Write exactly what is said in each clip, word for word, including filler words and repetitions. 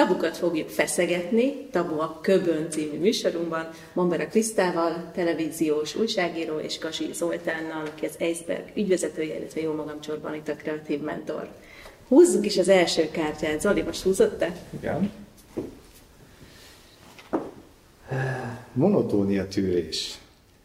tabukat fogjuk feszegetni, Tabu a Köbön című műsorunkban, Bombara Krisztával, televíziós újságíró, és Kasi Zoltánnal, aki az Iceberg ügyvezetője, illetve jó magam Csorban itt a kreatív mentor. Húzzuk is az első kártyát. Zoli, most húzott te? Igen. Monotónia tűrés.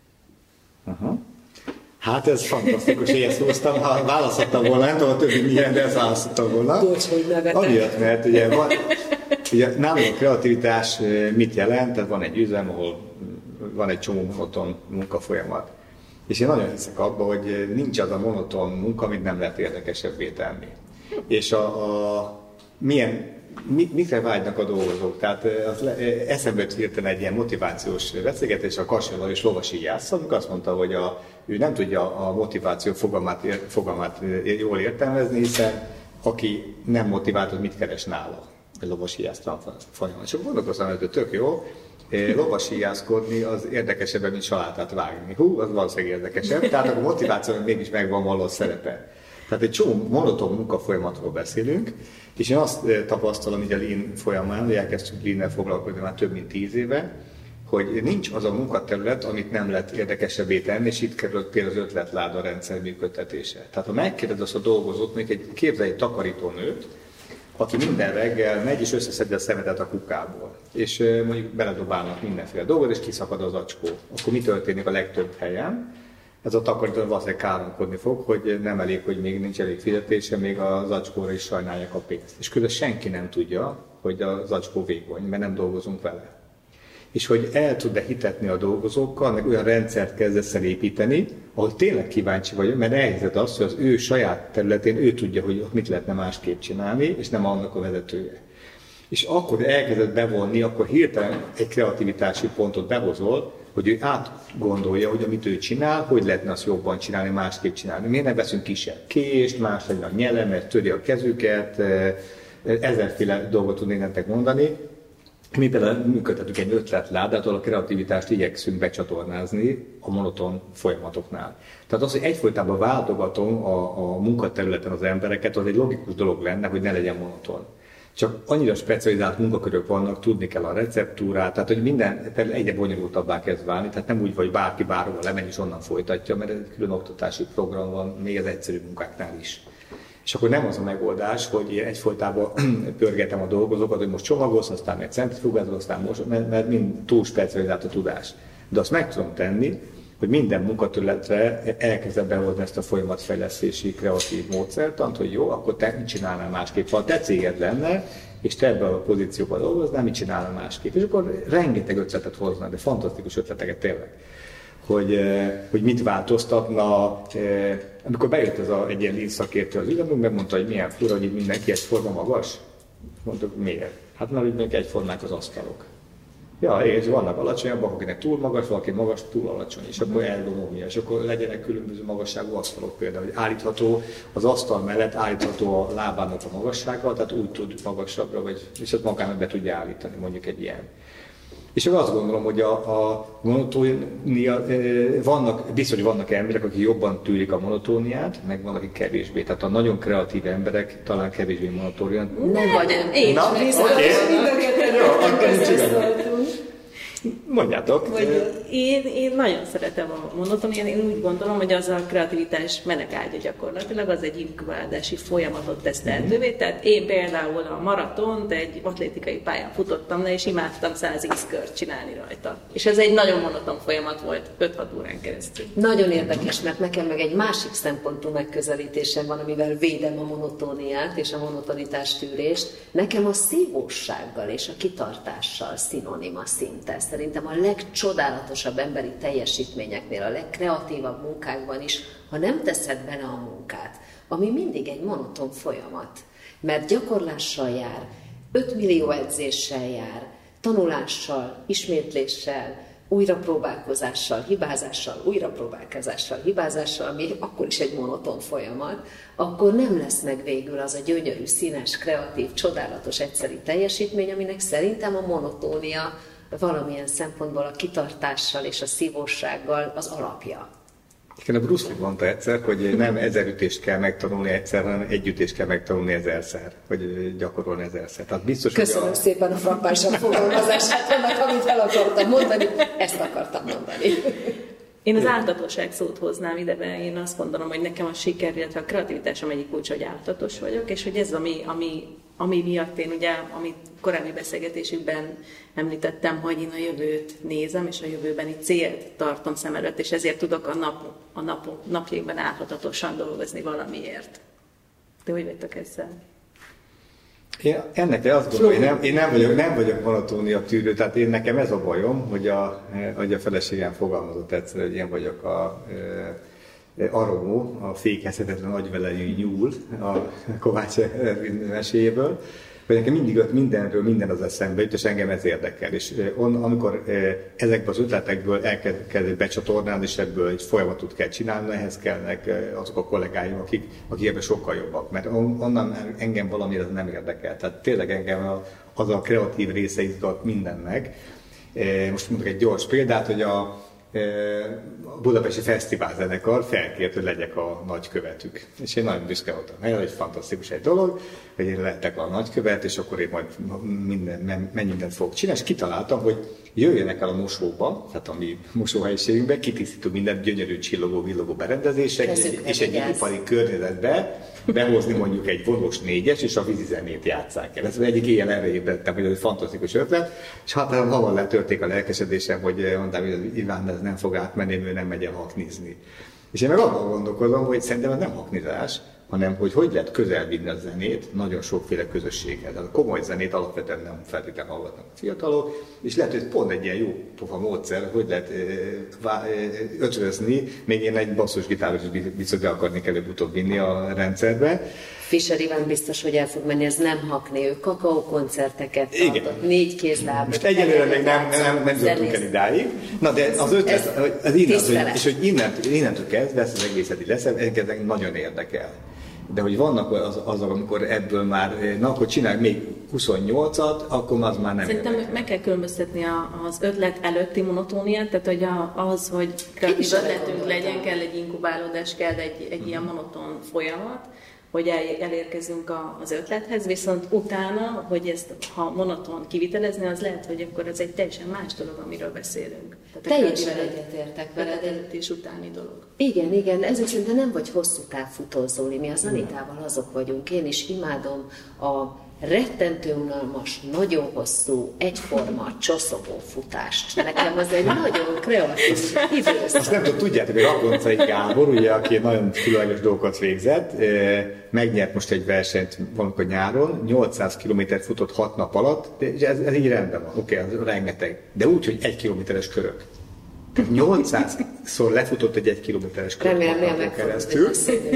Aha. Hát ez fantasztikus, hogy ezt hoztam, ha választottam volna, nem tudom, többi milyen, de ezt választottam volna. Bocs, hogy megadtam. Amiatt, mert ugye, van, ugye nálunk a kreativitás mit jelent? Tehát van egy üzem, ahol van egy csomó monoton munkafolyamat. És én nagyon hiszek abban, hogy nincs az a monoton munka, amit nem lehet érdekesebbé tenni. És a, a milyen Mi, mikre vágynak a dolgozók? Tehát az le, eszembe jut hirtelen egy ilyen motivációs beszélgetés a Kassával és Lovasi Jászol, amikor azt mondta, hogy a, ő nem tudja a motiváció fogalmát, fogalmát jól értelmezni, hiszen aki nem motivált, az mit keres nála? Lovasi Jászol folyamán. És akkor gondolkoztam, hogy tök jó, lovasi jászkodni az érdekesebb, mint salátát vágni. Hú, az valószínűleg érdekesebb, tehát a motivációnak mégis megvan való szerepe. Tehát egy csomó monoton munkafolyamatról beszélünk, és én azt tapasztalom így a Lean folyamán, hogy elkezdtünk Lean-nel foglalkozni már több mint tíz éve, hogy nincs az a munkaterület, amit nem lehet érdekesebbé tenni, és itt került például az ötletláda rendszer működtetése. Tehát ha megkérdez azt a dolgozót, még egy képzelj egy takarítónőt, aki minden reggel megy és összeszedi a szemetet a kukából, és mondjuk beledobálnak mindenféle dolgot, és kiszakad az acskó. Akkor mi történik a legtöbb helyen? Ez a takarító valószínűleg káromkodni fog, hogy nem elég, hogy még nincs elég fizetése, még az acskóra is sajnálják a pénzt. És közben senki nem tudja, hogy az acskó vékony, mert nem dolgozunk vele. És hogy el tud-e hitetni a dolgozókkal, meg olyan rendszert kezdesz el építeni, ahol tényleg kíváncsi vagyok, mert elhiszed azt, hogy az ő saját területén ő tudja, hogy mit lehetne másképp csinálni, és nem annak a vezetője. És akkor elkezded bevonni, akkor hirtelen egy kreativitási pontot behozol, hogy ő átgondolja, hogy amit ő csinál, hogy lehetne azt jobban csinálni, másképp csinálni. Miért nem veszünk kisebb kést, más legyen a nyelemet, töri a kezüket, ezerféle dolgot tudnék nektek mondani. Mi például működtetünk egy ötletládát, ahol a kreativitást igyekszünk becsatornázni a monoton folyamatoknál. Tehát az, hogy egyfolytában váltogatom a, a munkaterületen az embereket, az egy logikus dolog lenne, hogy ne legyen monoton. Csak annyira specializált munkakörök vannak, tudni kell a receptúrát, tehát hogy minden egyre bonyolultabbá kezd válni, tehát nem úgy, hogy bárki bárhol lemegy és onnan folytatja, mert egy külön oktatási program van még az egyszerű munkáknál is. És akkor nem az a megoldás, hogy egyfolytában pörgetem a dolgozókat, hogy most csomagolsz, aztán egy centrifugázol, aztán most, mert, mert mind túl specializált a tudás. De azt meg tudom tenni, hogy minden munkaterületre elkezdem behozni ezt a folyamatfejlesztési kreatív módszertant, hogy jó, akkor te mit csinálnál másképp? Ha te céged lenne, és te ebben a pozícióban dolgoznál, mit csinálnál másképp? És akkor rengeteg ötletet hoznak, de fantasztikus ötleteket tényleg. Hogy, hogy mit változtatna. Amikor bejött ez a, egy ilyen Lean szakértő az üzemünk, megmondta, hogy milyen fura, hogy mindenki egyforma magas. Mondtuk, miért? Hát mert úgy egyformák az asztalok. Ja, és vannak alacsonyabbak, akinek túl magas, valaki magas, túl alacsony, és akkor ergonómia, és akkor legyenek különböző magasságú asztalok például, hogy állítható az asztal mellett, állítható a lábának a magassággal, tehát úgy tud magasabbra, vagy, és azt magának be tudja állítani, mondjuk egy ilyen. És akkor azt gondolom, hogy a, a monotónia, vannak, biztos, hogy vannak emberek, akik jobban tűrik a monotóniát, meg vannak, akik kevésbé. Tehát a nagyon kreatív emberek talán kevésbé monotóniát. Nem vagy, én Na, is oké. Jó, akkor nincs igaz. Mondjátok. Vagy én, én nagyon szeretem a monotóniát, én úgy gondolom, hogy az a kreativitás menegágya gyakorlatilag, az egy inkubálási folyamatot tesz lehetővé. Tehát én például a maratont egy atlétikai pályán futottam le, és imádtam száztíz kört csinálni rajta. És ez egy nagyon monoton folyamat volt öt-hat órán keresztül. Nagyon érdekes, mert nekem meg egy másik szempontú megközelítésem van, amivel védem a monotóniát és a monotonitás tűrést. Nekem a szívóssággal és a kitartással szinonima szinte. Szerintem a legcsodálatosabb emberi teljesítményeknél, a legkreatívabb munkákban is, ha nem teszed bele a munkát, ami mindig egy monoton folyamat, mert gyakorlással jár, öt millió edzéssel jár, tanulással, ismétléssel, újrapróbálkozással, hibázással, újrapróbálkozással, hibázással, ami akkor is egy monoton folyamat, akkor nem lesz meg végül az a gyönyörű, színes, kreatív, csodálatos, egyszerű teljesítmény, aminek szerintem a monotónia valamilyen szempontból a kitartással és a szívóssággal az alapja. A Bruce Lee mondta egyszer, hogy nem ezer ütést kell megtanulni egyszer, hanem egy ütést kell megtanulni ezerszer, vagy gyakorolni ezerszer. Tehát biztos, Köszönöm a... szépen a frappánsabb fogalmazását, annak, amit el akartam mondani, ezt akartam mondani. Én az áltatosság szót hoznám ide, mert én azt gondolom, hogy nekem a siker, illetve a kreativitásom egyik kulcs, hogy áltatos vagyok, és hogy ez ami, ami, ami miatt én ugye, amit korábbi beszélgetésükben említettem, hogy én a jövőt nézem, és a jövőbeni célt tartom szem előtt, és ezért tudok a, nap, a nap, napjainkban áltatatosan dolgozni valamiért. De hogy vagytok ezzel? Én ennek azt gondolom, én nem, én nem vagyok, nem vagyok monotónia tűrő, tehát én nekem ez a bajom, hogy a, hogy a feleségem fogalmazott egyszer, hogy én vagyok a e, aromó, a fékezhetetlen agyvelejű nyúl a Kovács meséjéből, hogy nekem mindig ott mindenről minden az eszembe jut, és engem ez érdekel. És on, amikor ezekből az ötletekből elkezd becsatornálni, és ebből egy folyamatot kell csinálni, ehhez kellnek azok a kollégáim, akik, akik ebben sokkal jobbak. Mert onnan engem valami nem érdekel. Tehát tényleg engem az a kreatív része izgat mindennek. Most mondok egy gyors példát, hogy a a Budapesti Fesztivál zenekar felkért, hogy legyek a nagykövetük. És én nagyon büszke voltam. Ez egy fantasztikus egy dolog, hogy én lettek a nagykövet, és akkor én majd minden, mennyi mindent fogok csinálni, és kitaláltam, hogy jöjjenek el a mosóba, tehát a mi mosóhelyiségünkbe, kitisztító minden gyönyörű csillogó, villogó berendezések, és, és egy ipari környezetbe behozni mondjuk egy vonós négyes, és a vízizenét játsszák el. Ez egyik éjjel erre ébredtem, hogy ez egy fantasztikus ötlet, és hát hamar letörték a lelkesedésem, hogy mondtam, hogy Iván, ez nem fog átmenni, ő nem megy el haknizni. És én meg abban gondolkodom, hogy szerintem ez nem haknizás, hanem hogy hogy lehet közel vinni a zenét nagyon sokféle közösséghez. A komoly zenét alapvetően nem feltétlenül hallgatnak a fiatalok, és lehet, hogy pont egy ilyen jó pofa módszer, hogy lehet ötvözni, még én egy basszusgitáros biztos be akarnék előbb-utóbb vinni a rendszerbe. Fischer Iván biztos, hogy el fog menni, ez nem hakni, ő kakaó koncerteket tartott, négy kézláb. Most egyelőre még nem, nem, nem jutottunk el idáig. Na de az ötlet, az innen, hogy, és hogy innentől, innentől kezdve ezt az egészet így leszem, engem nagyon érdekel. De hogy vannak az, azok, amikor ebből már, na akkor csinálj még huszonnyolcat, akkor az már nem Szerintem érdekel. meg kell különböztetni az ötlet előtti monotóniát, tehát hogy az, hogy kreatív ötletünk legyen, kell egy inkubálódás, kell egy, egy ilyen monoton folyamat, hogy el, elérkezünk a, az ötlethez, viszont utána, hogy ezt ha monoton kivitelezni, az lehet, hogy akkor az egy teljesen más dolog, amiről beszélünk. Tehát teljesen egyetértek veled. Előtt és utáni dolog. Igen, igen, ezért szerintem nem vagy hosszú távfutó, Zoli. Mi az Anitával azok vagyunk. Én is imádom a rettentő unalmas, nagyon hosszú, egyforma, csoszogó futást. Nekem az egy nagyon kreatív időszak. Azt nem tudom, tudjátok, hogy Rakoncai Gábor, ugye, aki nagyon különleges dolgokat végzett, megnyert most egy versenyt valamikor nyáron, nyolcszáz kilométert futott hat nap alatt, és ez, ez így rendben van, oké, okay, az rengeteg, de úgy, hogy egy kilométeres körök. nyolcszázszor lefutott egy egy kilométeres körök. Remélem, nem keresztül.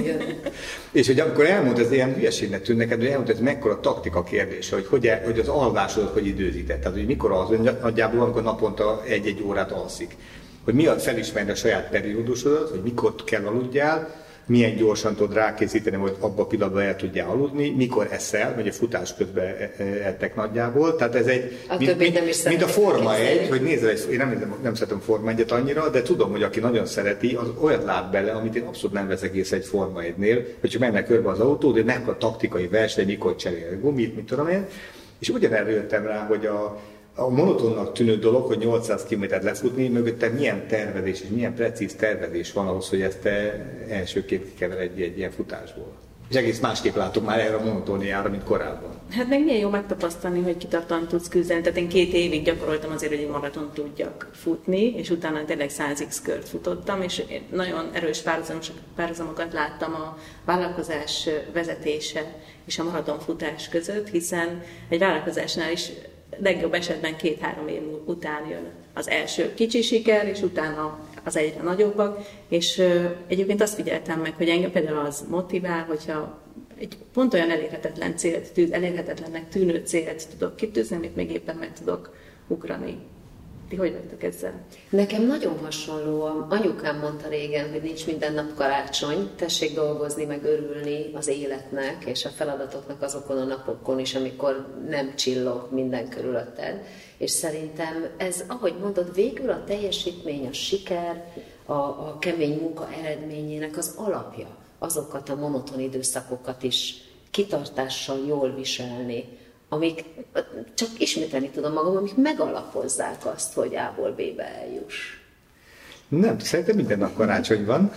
És hogy amikor elmondta, ez ilyen hülyeségnek tűnt neked, hogy elmondta, ez mekkora taktika kérdése, hogy, hogy, hogy az alvásodat hogy időzített. Tehát, hogy mikor az, nagyjából amikor naponta egy-egy órát alszik. Hogy mi a felismerni a saját periódusodat, hogy mikor kell aludjál, milyen gyorsan tudod rákészíteni, hogy abban a pillanatban el tudjál aludni, mikor eszel, vagy a futás közben ettek nagyjából. Tehát ez egy, a mint, mint, mint a Forma egy, hogy nézzel, egy, én nem, nem szeretem Forma egyet annyira, de tudom, hogy aki nagyon szereti, az olyat lát bele, amit én abszolút nem veszek észre egy Forma egynél, hogyha mennek körbe az autó, de mekkora taktikai verseny, mikor cserél gumit, mit tudom én. És ugyanerre jöttem rá, hogy a A monotonnak tűnő dolog, hogy nyolcszáz kilométert lefutni, mögötte milyen tervezés és milyen precíz tervezés van ahhoz, hogy ezt te elsőként kikeveredj egy ilyen futásból. És egész másképp látok már erre a monotóniára, mint korábban. Hát meg milyen jó megtapasztalni, hogy kitartóan tudsz küzdeni. Tehát én két évig gyakoroltam azért, hogy egy maraton tudjak futni, és utána tényleg száz x kört futottam, és nagyon erős párhuzamokat láttam a vállalkozás vezetése és a maratonfutás között, hiszen egy vállalkozásnál is legjobb esetben két-három év után jön az első kicsi siker, és utána az egyre nagyobbak, és uh, egyébként azt figyeltem meg, hogy engem például az motivál, hogyha egy pont olyan elérhetetlen célt, tűz, elérhetetlennek tűnő célt tudok kitűzni, amit még éppen meg tudok ugrani. Ti hogy vagytok ezzel? Nekem nagyon hasonló. Anyukám mondta régen, hogy nincs minden nap karácsony, tessék dolgozni, meg örülni az életnek és a feladatoknak azokon a napokon is, amikor nem csillog minden körülötted. És szerintem ez, ahogy mondod, végül a teljesítmény, a siker, a, a kemény munka eredményének az alapja, azokat a monoton időszakokat is kitartással jól viselni, amik, csak ismételni tudom magam, amik megalapozzák azt, hogy A-ból B-be eljuss. Nem, szerintem minden nap karácsony van.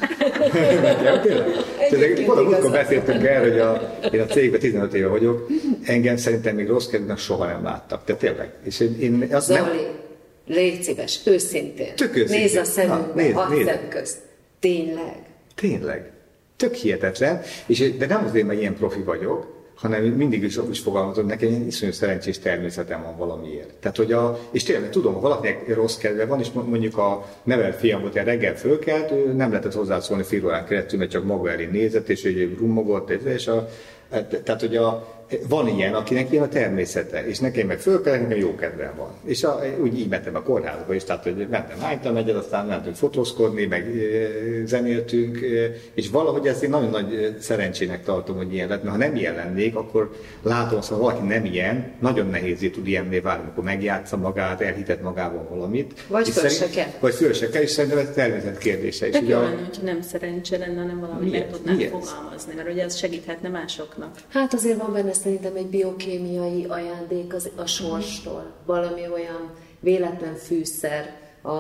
Tényleg, valahol beszéltünk erről, hogy a, én a cégben tizenöt éve vagyok, engem szerintem még rossz kedvűnek soha nem láttak. De tényleg. És én, én azt Zoli, nem... légy szíves, őszintén. Tök őszintén. Nézz a szemünkbe, Na, a szem közt. Tényleg. Tényleg. Tök hihetetlen. És, de nem azért, mert ilyen profi vagyok, hanem mindig is, is fogalmazom, nekem egy iszonyú szerencsés természetem van valamiért. Tehát, hogy a, és tényleg tudom, ha valakinek rossz kedve van, és mondjuk a nevelt fiam volt, ilyen reggel fölkelt, ő nem lehetett hozzászólni fél órán keresztül, mert csak maga elé nézett, és ő rummogott, és a, tehát, hogy a, van ilyen, akinek ilyen a természete, és nekem meg fölkelek, nekem jó kedvem van. És a, úgy így mentem a kórházba is, tehát hogy mentem hánytam egyet, aztán mentünk fotózkodni, meg e, zenéltünk, e, és valahogy ezt én nagyon nagy szerencsének tartom, hogy ilyen lett, mert ha nem ilyen lennék, akkor látom azt, hogy valaki nem ilyen, nagyon nehéz tud ilyenné válni, amikor megjátsza magát, elhitet magában valamit. Vagy föl se kell. Vagy föl se kell, és szerintem ez természet kérdése. Tök jó lenne, hogyha nem szerencse lenne, hanem valami meg tudnánk Miért? fogalmazni, mert ugye ez segíthetne másoknak. Hát azért van benne szerintem egy biokémiai ajándék az, a sorstól. Valami olyan véletlen fűszer a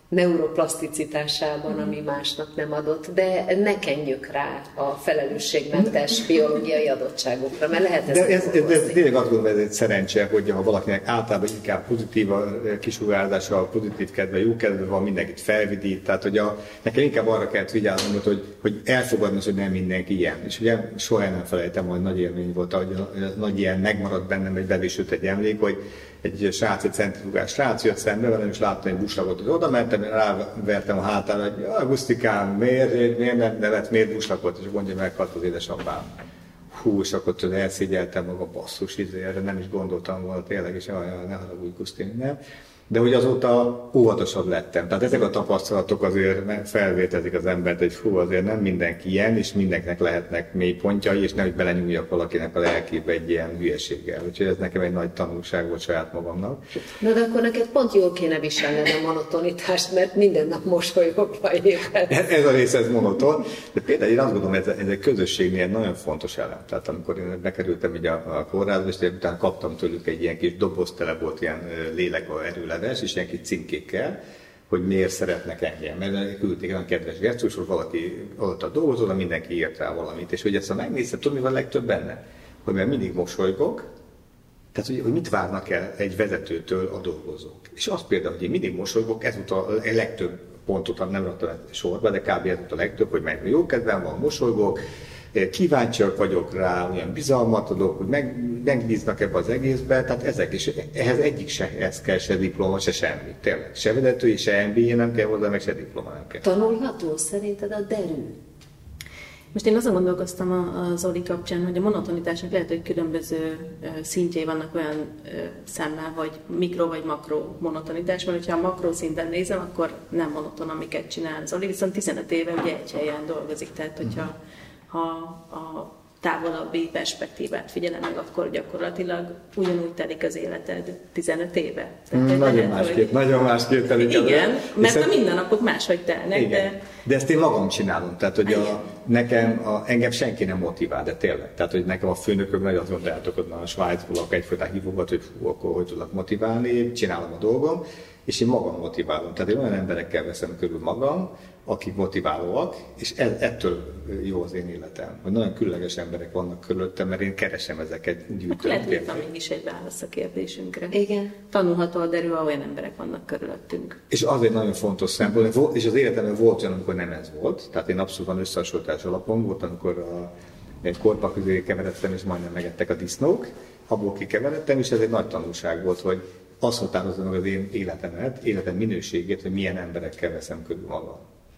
neuroplaszticitásában, ami másnak nem adott, de ne kenjük rá a felelősségmentes biológiai adottságokra, mert lehet ezt. De ez, ez, ez tényleg azt gondolom, ez egy szerencse, hogy ha valakinek általában inkább pozitív a kisugárzása, pozitív kedve, jó kedve van, mindenkit felvidít, tehát hogy a, nekem inkább arra kellett vigyáznom, hogy, hogy elfogadni, hogy nem mindenki ilyen. És ugye soha nem felejtem, hogy nagy élmény volt, hogy a, a nagy ilyen megmaradt bennem, egy bevésült egy emlék, hogy egy srác, egy centrifugás srác jött szembe velem, és láttam egy buslakot, hogy oda mentem, rávertem a hátára, hogy Augusztikám, miért, miért nem nevet, miért buslakot, és mondja, meghalt az édesapám. Hú, és akkor tudod, elszégyeltem magam, basszus, izé, erre nem is gondoltam volna tényleg, és jaj, ne haragudj, Gusztin, nem. De hogy azóta óvatosabb lettem. Tehát ezek a tapasztalatok azért felvértezik az embert, hogy hú, azért nem mindenki ilyen, és mindenkinek lehetnek mély pontjai, és nem, hogy belenyúljak valakinek a lelkébe egy ilyen hülyeséggel. Úgyhogy ez nekem egy nagy tanulság volt saját magamnak. Na de akkor neked pont jól kéne viselni a monotonitást, mert minden nap mosolyogva éppen. Ez a rész, ez monoton. De például én azt gondolom, ez, ez egy közösségnél egy nagyon fontos elem. Tehát amikor én bekerültem így a, a kórházba, és utána kaptam tőlük egy ilyen kis doboz, tele volt ilyen lélek erőleves, és ilyen kis címkékkel, hogy miért szeretnek engem. Mert küldték olyan kedves gesztus, hogy valaki adott a dolgot, oda mindenki írt rá valamit. És hogy ezt ha megnézted, tudod, mi van legtöbb benne? Hogy mert mindig mosolygok, tehát hogy, hogy mit várnak el egy vezetőtől a dolgozók. És az például, hogy én mindig mosolygok, ez volt a legtöbb pontot, nem raktam sorba, de kb. Ez volt a legtöbb, hogy meg jó kedvem van, mosolygok, kíváncsiak vagyok rá, olyan bizalmat adok, hogy meg, megbíznak ebbe az egészbe, tehát ezek is, ehhez egyik se ez kell, se diploma, se semmi. Tényleg, se vezetői, se em bé á nem kell hozzá, meg se diploma nem kell. Tanulható szerinted a derű? Most én azon gondolkoztam a, a Zoli kapcsán, hogy a monotonitásnak lehet, hogy különböző szintjei vannak olyan szemmel, hogy mikro vagy makro monotonitás, mert ha a makro szinten nézem, akkor nem monoton, amiket csinál Zoli, viszont tizenöt éve ugye egy helyen dolgozik, tehát hogyha ha a távolabbi perspektívát figyelem meg, akkor gyakorlatilag ugyanúgy telik az életed tizenöt éve. Tehát, mm, nagyon lehet, másképp, hogy... nagyon másképp telik. Igen, az, mert a mindennapok máshogy telnek, igen. de... De ezt én magam csinálom, tehát hogy a, nekem, a, engem senki nem motivál, de tényleg. Tehát, hogy nekem a főnökök nagyon azt mondtátok, hogy a Svájcból akkor egyfajta hívogat, hogy fú, akkor hogy tudlak motiválni, csinálom a dolgom, és én magam motiválom. Tehát én olyan emberekkel veszem körül magam, akik motiválóak, és ez, ettől jó az én életem. Hogy nagyon különleges emberek vannak körülöttem, mert én keresem ezeket, gyűjtöm. Akkor lehet, hogy van mégis egy válasz a kérdésünkre. Igen. Tanulható a derű, olyan emberek vannak körülöttünk. És az egy nagyon fontos szempont, és az életemben volt olyan, amikor nem ez volt. Tehát én abszolút van összehasonlítás alapon volt, amikor a, egy korpa közé keveredtem, és majdnem megettek a disznók. Abból kikeveredtem, és ez egy nagy tanulság volt, hogy az határozza meg az én életemet, életem minőségét, hogy milyen emberekkel veszem körül magam.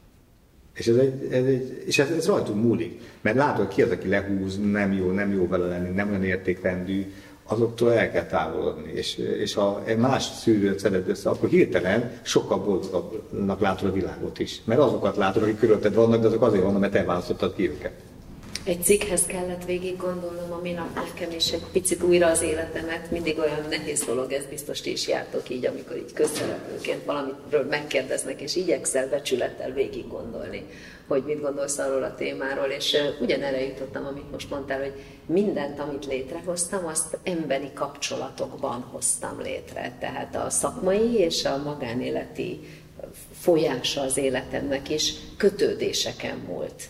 És ez, egy, ez, egy, és ez, ez rajtunk múlik. Mert látod, ki az, aki lehúz, nem jó, nem jó vele lenni, nem olyan értékrendű, azoktól el kell távolodni. És, és ha más szűrőt szeded össze, akkor hirtelen sokkal boldogabbnak látod a világot is. Mert azokat látod, akik körülötted vannak, de azok azért vannak, mert te választottad ki őket. Egy cikkhez kellett végig gondolnom a minap nekem, és egy picit újra az életemet, mindig olyan nehéz dolog, ez biztos ti is jártok így, amikor így közszereplőként valamitről megkérdeznek, és igyekszel becsülettel végig gondolni, hogy mit gondolsz arról a témáról, és ugyanerre jutottam, amit most mondtál, hogy mindent, amit létrehoztam, azt emberi kapcsolatokban hoztam létre, tehát a szakmai és a magánéleti folyása az életemnek is kötődéseken múlt.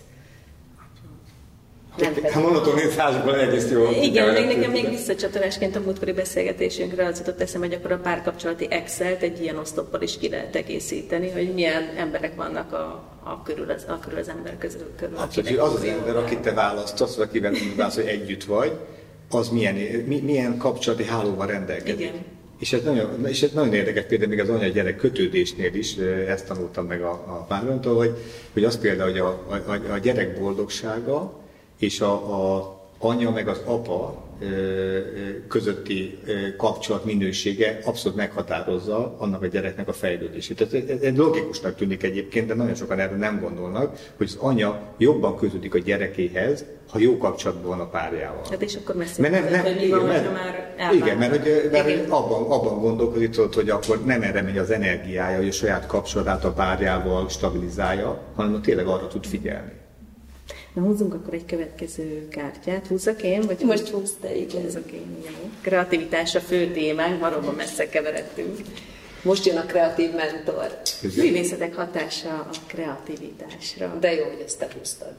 A monotonitásból egész jól. Igen, még nekem még visszacsatolásként a múltkori beszélgetésünkre az jutott eszembe, hogy akkor a párkapcsolati Excelt egy ilyen osztoppal is ki lehet egészíteni, hogy milyen emberek vannak a, a, körül, az, a körül az ember közül. Körül, abszolút, az az ember, akit te választasz, akivel válasz, hogy együtt vagy, az milyen, milyen kapcsolati hálóval rendelkezik. Igen. És ez, nagyon, és ez nagyon érdekes, például még az anya-gyerek kötődésnél is, ezt tanultam meg a, a páromtól, hogy, hogy az például, hogy a, a, a gyerek boldogsága, és a, a anya meg az apa közötti kapcsolat minősége abszolút meghatározza annak a gyereknek a fejlődését. Ez, ez logikusnak tűnik egyébként, de nagyon sokan erről nem gondolnak, hogy az anya jobban kötődik a gyerekéhez, ha jó kapcsolatban van a párjával. Hát és akkor messzire, mert nem, nem, hogy mi van, mert, már elvált. Igen, mert, hogy, mert igen. abban, abban gondolkodik, hogy akkor nem erre megy az energiája, hogy a saját kapcsolatát a párjával stabilizálja, hanem tényleg arra tud figyelni. Na, húzzunk akkor egy következő kártyát. Húzzak én? Vagy most húzz te, igen. Húzzak én, jó. Kreativitás a fő témánk, valóban messze keveredtünk. Most jön a kreatív mentor. Művészetek hatása a kreativitásra. De jó, hogy ezt te húztad.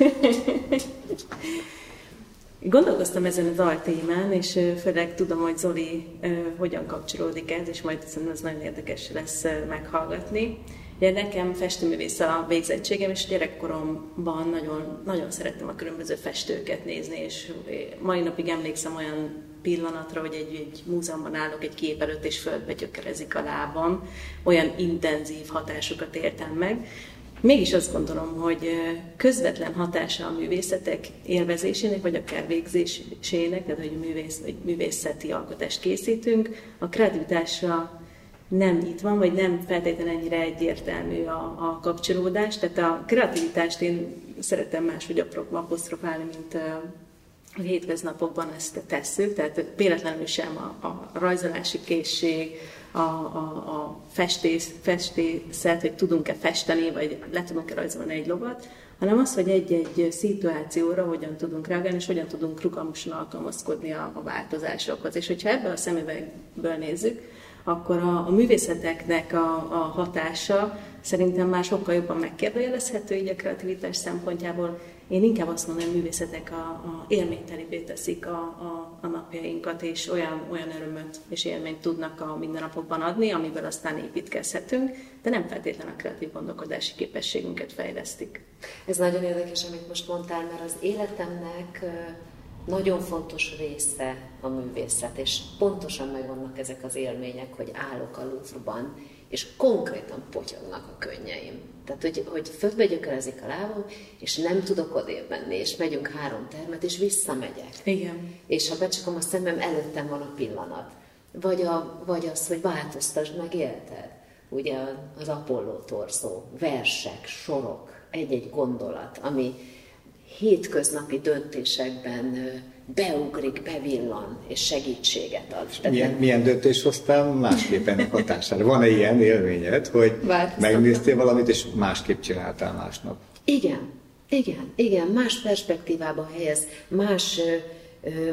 Gondolkoztam ezen az altémán, és főleg tudom, hogy Zoli hogyan kapcsolódik ez, és majd szerintem ez nagyon érdekes lesz meghallgatni. Ugye nekem festőművész a végzettségem, és gyerekkoromban nagyon, nagyon szerettem a különböző festőket nézni, és mai napig emlékszem olyan pillanatra, hogy egy, egy múzeumban állok egy kép előtt, és földbe gyökerezik a lábam. Olyan intenzív hatásokat éltem meg. Mégis azt gondolom, hogy közvetlen hatása a művészetek élvezésének, vagy akár végzésének, tehát hogy, művész, hogy művészeti alkotást készítünk, a kreativitásra nem itt van, vagy nem feltétlenül ennyire egyértelmű a, a kapcsolódás. Tehát a kreativitást én szeretem máshogy apostrofálni, mint a hétköznapokban ezt tesszük. Tehát véletlenül sem a, a rajzolási készség, a, a, a festész, festészet, hogy tudunk-e festeni, vagy le tudunk-e rajzolni egy lovat, hanem az, hogy egy-egy szituációra hogyan tudunk reagálni, és hogyan tudunk rugalmasan alkalmazkodni a, a változásokhoz. És hogyha ebből a szemüvegből nézzük, akkor a, a művészeteknek a, a hatása szerintem már sokkal jobban megkérdőjelezhető így a kreativitás szempontjából. Én inkább azt mondom, hogy a művészetek a, a élménytelibbé teszik a, a, a napjainkat, és olyan, olyan örömöt és élményt tudnak a mindennapokban adni, amiből aztán építkezhetünk, de nem feltétlenül a kreatív gondolkodási képességünket fejlesztik. Ez nagyon érdekes, amit most mondtál, mert az életemnek nagyon fontos része a művészet, és pontosan megvannak ezek az élmények, hogy állok a Louvre-ban, és konkrétan potyognak a könnyeim. Tehát, hogy, hogy földbe gyökerezik a lábam, és nem tudok odébb menni, és megyünk három termet, és visszamegyek. Igen. És ha becsukom a szemem, előttem van a pillanat. Vagy, a, vagy az, hogy változtasd meg élted. Ugye az Apolló torzó, versek, sorok, egy-egy gondolat, ami hétköznapi döntésekben beugrik, bevillan, és segítséget ad. Milyen, milyen döntés hoztál másképp ennek hatására? Van-e ilyen élményed, hogy megnéztél valamit, és másképp csináltál másnap? Igen, igen, igen, más perspektívába helyez, más ö, ö,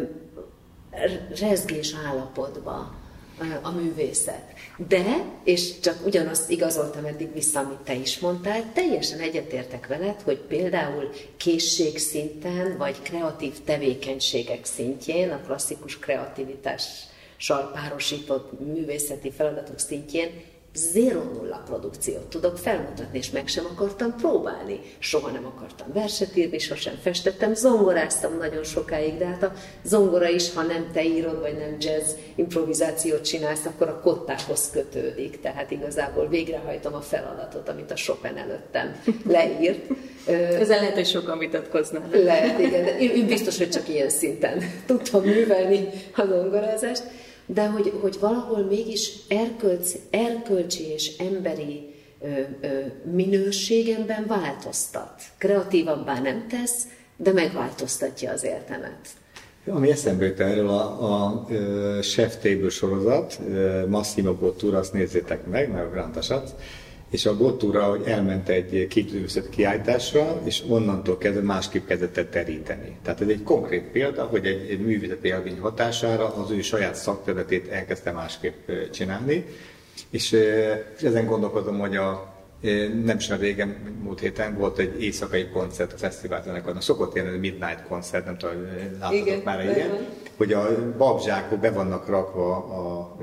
rezgés állapotba a művészet. De, és csak ugyanazt igazoltam eddig vissza, amit te is mondtál, teljesen egyetértek veled, hogy például készségszinten, vagy kreatív tevékenységek szintjén, a klasszikus kreativitással párosított művészeti feladatok szintjén zéro nulla produkciót tudok felmutatni, és meg sem akartam próbálni. Soha nem akartam verset írni, sosem festettem, zongoráztam nagyon sokáig, de hát a zongora is, ha nem te írod, vagy nem jazz improvizációt csinálsz, akkor a kottához kötődik. Tehát igazából végrehajtom a feladatot, amit a Chopin előttem leírt. Ezzel lehet, hogy sokan vitatkoznak. Lehet, igen, de én biztos, hogy csak ilyen szinten tudtam művelni a zongorázást. De hogy, hogy valahol mégis erkölcsi, erkölcsi és emberi ö, ö, minőségemben változtat. Kreatívabbá nem tesz, de megváltoztatja az értemet. Ami eszembe jött erről a, a, a Chef Table sorozat, Massimo Bottura, azt nézzétek meg, meg a Grantasat, és a Bottura, hogy elment egy képzőművészeti kiállításra, és onnantól kezdve másképp kezdett el teríteni. Tehát ez egy konkrét példa, hogy egy, egy művészeti élmény hatására az ő saját szakterületét elkezdte másképp csinálni, és, és ezen gondolkodom, hogy a nem sem régen, múlt héten volt egy éjszakai koncert a fesztiválzenekarnak. Szokott ilyen Midnight koncert, nem tudom, láttatok már ilyen, hogy a babzsákok be vannak rakva a,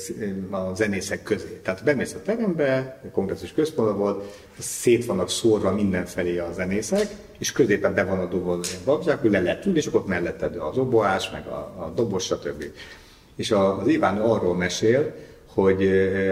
a zenészek közé. Tehát bemész a terembe, a kongresszus központban volt, szét vannak szórva mindenfelé a zenészek, és középen be van a dobva a babzsák, hogy le lehet ülni, és akkor ott melletted az oboás, meg a, a dobos, stb. És az Iván arról mesél, hogy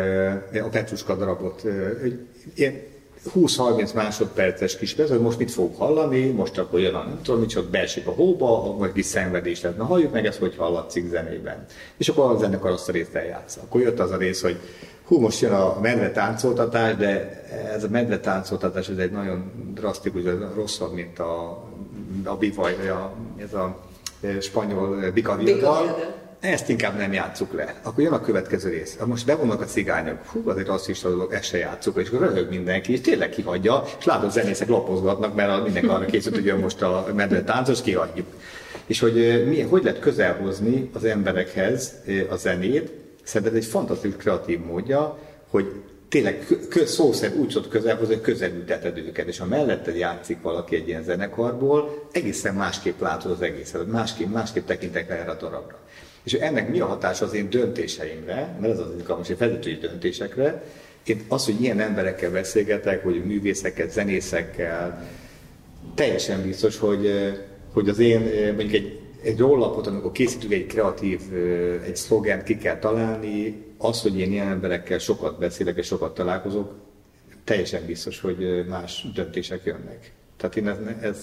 a Petruska darabot, ilyen húsz-harminc másodperces kis perc, hogy most mit fogok hallani, most akkor jön a nem tudom, mit, ott beesik a hóba, vagy kis szenvedés lett. Na halljuk meg ezt, hogy hallatszik zenében. És akkor a zenekar azt a részt eljátsza. Akkor jött az a rész, hogy hú, most jön a medve táncoltatás, de ez a medve táncoltatás ez egy nagyon drasztikus, rosszabb, mint a, a bivaj, a, ez a spanyol bikaviadal. Ezt inkább nem játsszuk le. Akkor jön a következő rész. Most bevonnak a cigányok. Hú, azért rasszista dolog, ezt se játsszuk, és akkor röhög mindenki, és tényleg kihagyja, és látod, zenészek lapozgatnak, mert mindenki arra készült, hogy jön most a medve táncos, kihagyjuk. És hogy mi, hogy lehet közelhozni az emberekhez a zenét, szerintem egy fantasztikus kreatív módja, hogy tényleg szó szerint úgy tudod közelhozni, hogy közelülteted őket, és ha melletted játszik valaki egy ilyen zenekarból, egészen másképp látod az egészet, másképp, másképp tekintek erre a darabra. És ennek mi a hatása az én döntéseimre, mert ez az izgalmas, egy vezetői döntésekre, én az, hogy ilyen emberekkel beszélgetek, hogy művészekkel, zenészekkel, teljesen biztos, hogy, hogy az én, mondjuk egy, egy rollapot, amikor készítünk egy kreatív, egy szlogent ki kell találni, az, hogy én ilyen emberekkel sokat beszélek és sokat találkozok, teljesen biztos, hogy más döntések jönnek. Tehát én ez... ez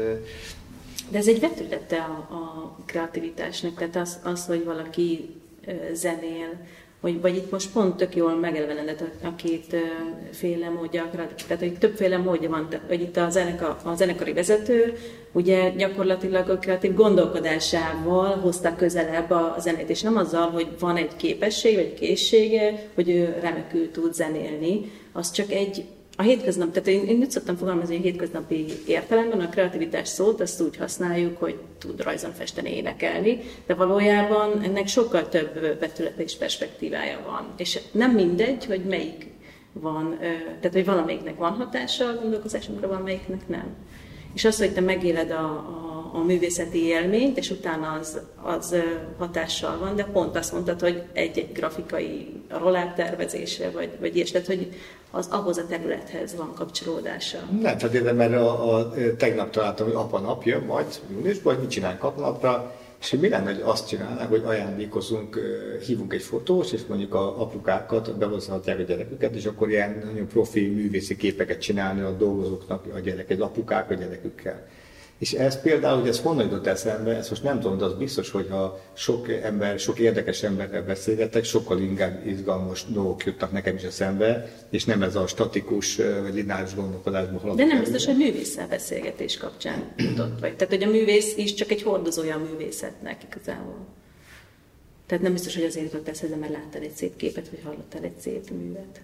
De ez egy vetülete a, a kreativitásnak, tehát az, az, hogy valaki zenél, hogy, vagy itt most pont tök jól megelevenedett a, a kétféle módja, tehát hogy többféle módja van, tehát, hogy itt a, zeneka, a zenekari vezető ugye gyakorlatilag a kreatív gondolkodásával hozta közelebb a, a zenét, és nem azzal, hogy van egy képesség, vagy készsége, hogy ő remekül tud zenélni, az csak egy a hétköznap, tehát én, én úgy szoktam fogalmazni, hogy a hétköznapi értelemben a kreativitás szót azt úgy használjuk, hogy tud rajzon, festeni, énekelni, de valójában ennek sokkal több vetülete és perspektívája van. És nem mindegy, hogy melyik van, tehát hogy valamelyiknek van hatása a gondolkozásunkra, valamelyiknek nem. És az, hogy te megéled a, a, a művészeti élményt, és utána az, az hatással van, de pont azt mondtad, hogy egy-egy grafikai rolláp tervezésre, vagy, vagy ilyes, tehát hogy az ahhoz a területhez van kapcsolódása. Nem, tehát én mert a, a, tegnap találtam, hogy apa nap jön majd júniusban, hogy mit csinálunk apnapra, és hogy mi lenne, hogy azt csinálnánk, hogy ajándékozunk, hívunk egy fotós, és mondjuk a apukákat behozhatják a gyereküket, és akkor ilyen nagyon profi művészi képeket csinálni a dolgozóknak, a gyerek, egy apukák a gyerekükkel. És ez például, hogy ez honnan jutott eszembe, ezt most nem tudom, de az biztos, hogy ha sok ember, sok érdekes emberrel beszélgetek, sokkal inkább izgalmas dolgok jutnak nekem is eszembe, és nem ez a statikus vagy lineáris gondolkodásban haladok. De nem biztos, hogy művésszel beszélgetés kapcsán jutott vagy. Tehát, hogy a művész is csak egy hordozója a művészetnek igazából. Tehát nem biztos, hogy azért jutott eszedbe, mert láttad egy szép képet, vagy hallottál egy szép művet.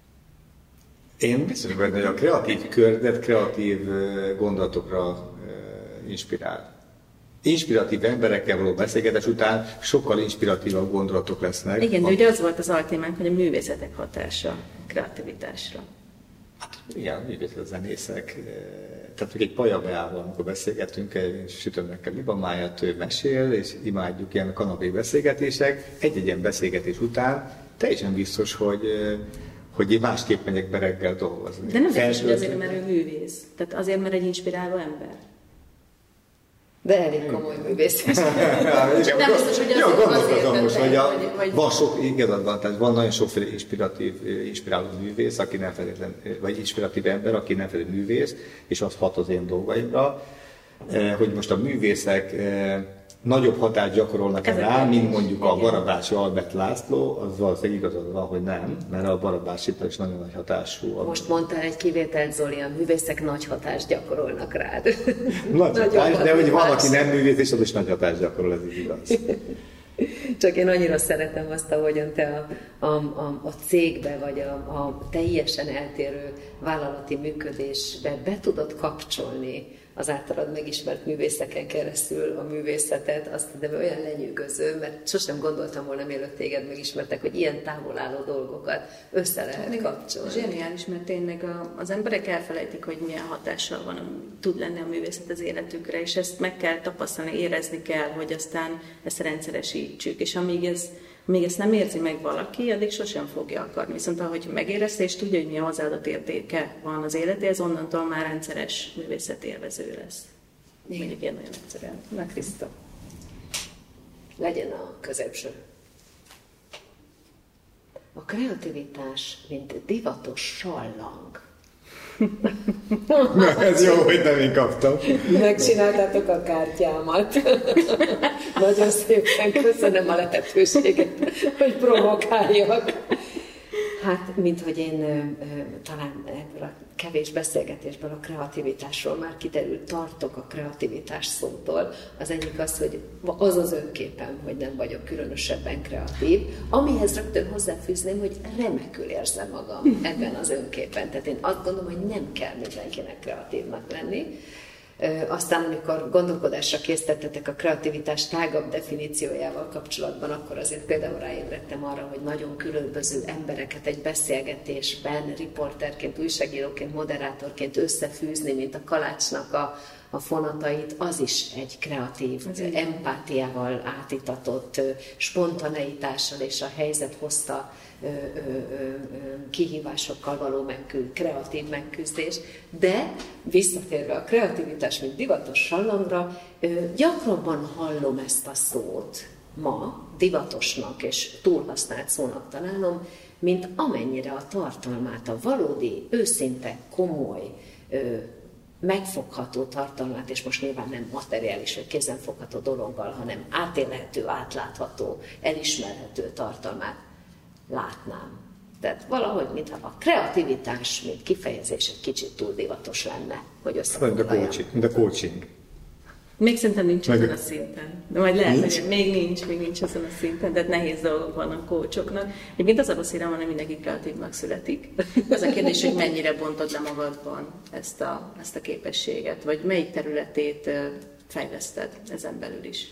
Én biztos benne, hogy a kreatív környezet kreatív gondolatokra inspirál. Inspiratív emberekkel való beszélgetés után sokkal inspiratívabb gondolatok lesznek. Igen, de ugye az volt az altémánk, hogy a művészetek hatása a kreativitásra. Hát igen, művészet, a zenészek. Tehát egy pajabeával, amikor beszélgetünk, sütőmekkel libamáját, ő mesél, és imádjuk ilyen kanapé beszélgetések. Egy-egy ilyen beszélgetés után teljesen biztos, hogy hogy másképp megyek be reggel dolgozni. De nem biztos, hogy azért, mert ő művész. Tehát azért, mert egy inspiráló ember. De elég komoly művész. Nem biztos, hogy azért, azért most, hogy, a, vagy... Van sok, igazad van, tehát van nagyon sokféle inspiratív, inspiráló művész, aki nem feltétlen, vagy inspiratív ember, aki nem feltétlen művész, és az hat az én dolgaimra. Hogy most a művészek nagyobb hatást gyakorolnak rá, mint mondjuk a Barabási Albert László, az valószínűleg igazad van, hogy nem, mert a Barabási is nagyon nagy hatású. Most mondtál egy kivételt, Zoli, a művészek nagy hatást gyakorolnak rád. Nagy hatás, de hogy van, aki nem művész, és az is nagy hatást gyakorol, ez is igaz. Csak én annyira szeretem azt, ahogyan te a, a, a, a cégbe, vagy a, a teljesen eltérő vállalati működésbe be tudod kapcsolni az általad megismert művészeken keresztül a művészetet, azt de olyan lenyűgöző, mert sosem gondoltam volna, mielőtt téged megismertek, hogy ilyen távol álló dolgokat össze lehet még kapcsolni. Zseniális, mert tényleg a, az emberek elfelejtik, hogy milyen hatással van, tud lenni a művészet az életükre, és ezt meg kell tapasztalni, érezni kell, hogy aztán ezt rendszeresítsük, és amíg ez Még ezt nem érzi meg valaki, addig sosem fogja akarni. Viszont ahogy megérezte és tudja, hogy milyen hozzáadott értéke van az életéhez, onnantól már rendszeres művészetélvező lesz. Mondjuk ilyen nagyon egyszerűen. Na, Kriszta. Legyen a középső. A kreativitás, mint divatos sallang. Na, ez jó, hogy nem én kaptam. Megcsináltátok a kártyámat. Nagyon szépen köszönöm a lehetőséget, hogy provokáljak. Hát, mint hogy én talán ebből a kevés beszélgetésből a kreativitásról már kiderült, tartok a kreativitás szótól. Az egyik az, hogy az az önképem, hogy nem vagyok különösebben kreatív, amihez rögtön hozzáfűzném, hogy remekül érzem magam ebben az önképen. Tehát én azt gondolom, hogy nem kell mindenkinek kreatívnak lenni. Aztán, amikor gondolkodásra készítettetek a kreativitás tágabb definíciójával kapcsolatban, akkor azért például ráébredtem arra, hogy nagyon különböző embereket egy beszélgetésben, riporterként, újságíróként, moderátorként összefűzni, mint a Kalácsnak a, a fonatait, az is egy kreatív, empátiával átitatott, spontaneitással és a helyzet hozta Ö, ö, ö, kihívásokkal való megküld, kreatív megküzdés, de visszatérve a kreativitás, mint divatos sallangra, ö, gyakrabban hallom ezt a szót ma, divatosnak és túlhasznált szónak találom, mint amennyire a tartalmát, a valódi, őszinte, komoly, ö, megfogható tartalmát, és most nyilván nem materiális vagy kézenfogható dologgal, hanem átélhető, átlátható, elismerhető tartalmát látnám. Tehát valahogy, mintha a kreativitás, mint kifejezés egy kicsit túl divatos lenne, hogy összefoglaljam. Mint a coaching. Még szerintem nincs Meg... ezen a szinten. De majd lehet, nincs? hogy még nincs, még nincs ezen a szinten, tehát nehéz dolgok vannak coachoknak. Egyébként az a rossz hírem van, hogy mindenki kreatívnak születik. Az a kérdés, hogy mennyire bontod le magadban ezt a, ezt a képességet, vagy melyik területét fejleszted ezen belül is.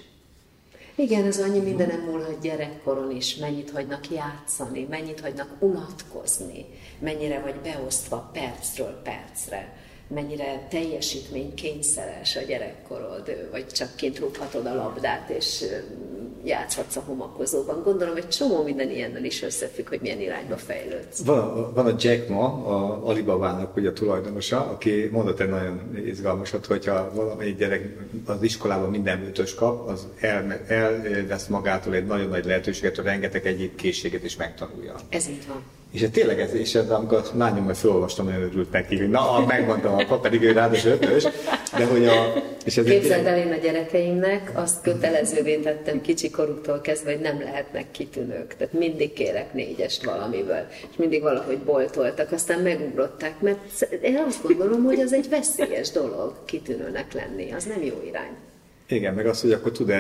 Igen, ez annyi mindenem múlhat gyerekkoron is, mennyit hagynak játszani, mennyit hagynak unatkozni, mennyire vagy beosztva percről percre, mennyire teljesítménykényszeres a gyerekkorod, vagy csak kint rúghatod a labdát, és játszhatsz a homokozóban. Gondolom, egy csomó minden ilyennel is összefügg, hogy milyen irányba fejlődsz. Van, van a Jack Ma, a Alibabának ugye a tulajdonosa, aki mondott egy nagyon izgalmasat, hogyha valamelyik gyerek az iskolában minden ötös kap, az el, elvesz magától egy nagyon nagy lehetőséget, hogy rengeteg egyéb készséget is megtanulja. Ez így van. És ez tényleg ez, és ez, amikor a lányom majd felolvastam, nagyon örült neki, hogy na, megmondtam apa, pedig ő ráadásul ötös, de hogy a... És ez képzeld el, én a gyerekeimnek azt kötelezővé tettem kicsikoruktól kezdve, hogy nem lehetnek kitűnők. Tehát mindig kérek négyest valamiből, és mindig valahogy boltoltak, aztán megugrották, mert én azt gondolom, hogy az egy veszélyes dolog kitűnőnek lenni, az nem jó irány. Igen, meg az, hogy akkor tud-e,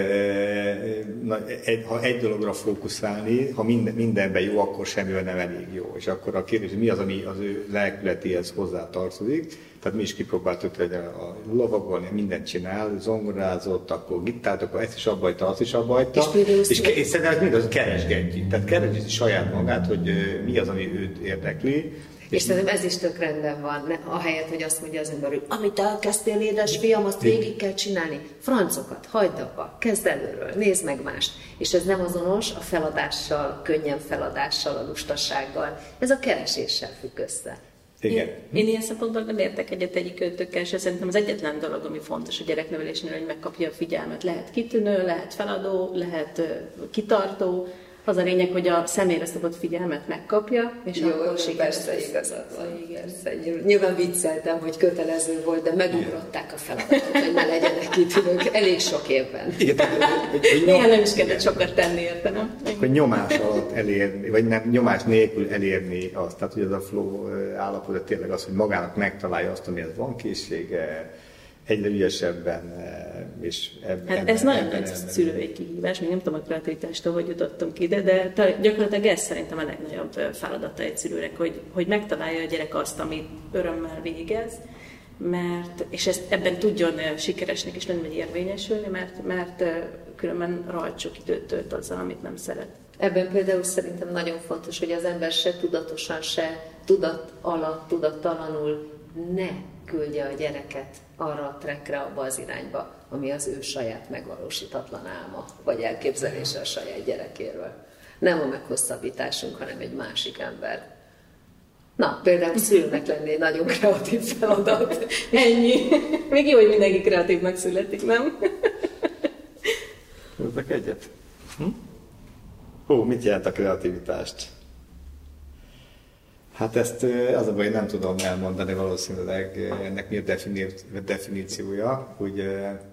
egy, ha egy dologra fókuszálni, ha minden, mindenben jó, akkor semmivel nem elég jó. És akkor a kérdés, mi az, ami az ő lelkületéhez hozzá tartozik. Tehát mi is kipróbáltuk, hogy a lovagolni, mindent csinál, zongorázott, akkor gitárt, akkor ezt is abbajta, azt is abbajta. És, és, és szerintem mind az keresgetjük. Tehát keresgeti saját magát, hogy mi az, ami őt érdekli. És szerintem ez is tök rendben van, ahelyett, hogy azt mondja az ember, hogy amit elkezdtél, édesfiam, azt végig kell csinálni. Francokat, hagyd abba, kezd előről, nézd meg mást. És ez nem azonos a feladással, könnyen feladással, a lustasággal. Ez a kereséssel függ össze. Igen. Én, én ilyen szempontból nem értek egyet egyik őtökkel, és szerintem az egyetlen dolog, ami fontos a gyereknevelésnél, hogy megkapja a figyelmet. Lehet kitűnő, lehet feladó, lehet uh, kitartó, Az a lényeg, hogy a személyre szabott figyelmet megkapja, és jó, akkor persze igazad van, igen. Nyilván vicceltem, hogy kötelező volt, de megugrották a feladatot, hogy ne legyenek itt ülők elég sok évben. Igen, tehát, hogy, hogy nyom... nem is kellett sokat tenni érte, nem? Hogy nyomás alatt elérni, vagy nem, nyomás nélkül elérni azt, tehát hogy az a flow állapot, tényleg az, hogy magának megtalálja azt, amihez van készsége, egyre ügyesebben, és ebben... Hát ez nagyon nagy szülői kihívás, még nem tudom a kreativitástól, hogy jutottunk ide, de gyakorlatilag ez szerintem a legnagyobb feladata egy szülőnek, hogy, hogy megtalálja a gyerek azt, amit örömmel végez, mert, és ezt, ebben tudjon sikeresnek is lenni, vagy érvényesülni, mert, mert különben rohadt sok időt tölt azzal, amit nem szeret. Ebben például szerintem nagyon fontos, hogy az ember se tudatosan, se tudat alatt, tudattalanul ne küldje a gyereket arra a trekkre, abba az irányba, ami az ő saját megvalósítatlan álma, vagy elképzelése a saját gyerekéről. Nem a meghosszabbításunk, hanem egy másik ember. Na, például szülőnek lenni egy nagyon kreatív feladat. Ennyi. Még jó, hogy mindenki kreatívnak születik, nem? Hozzak egyet? Hm? Ó, mit jelent a kreativitást? Hát ezt az a baj, nem tudom elmondani valószínűleg, ennek mi a definíciója, hogy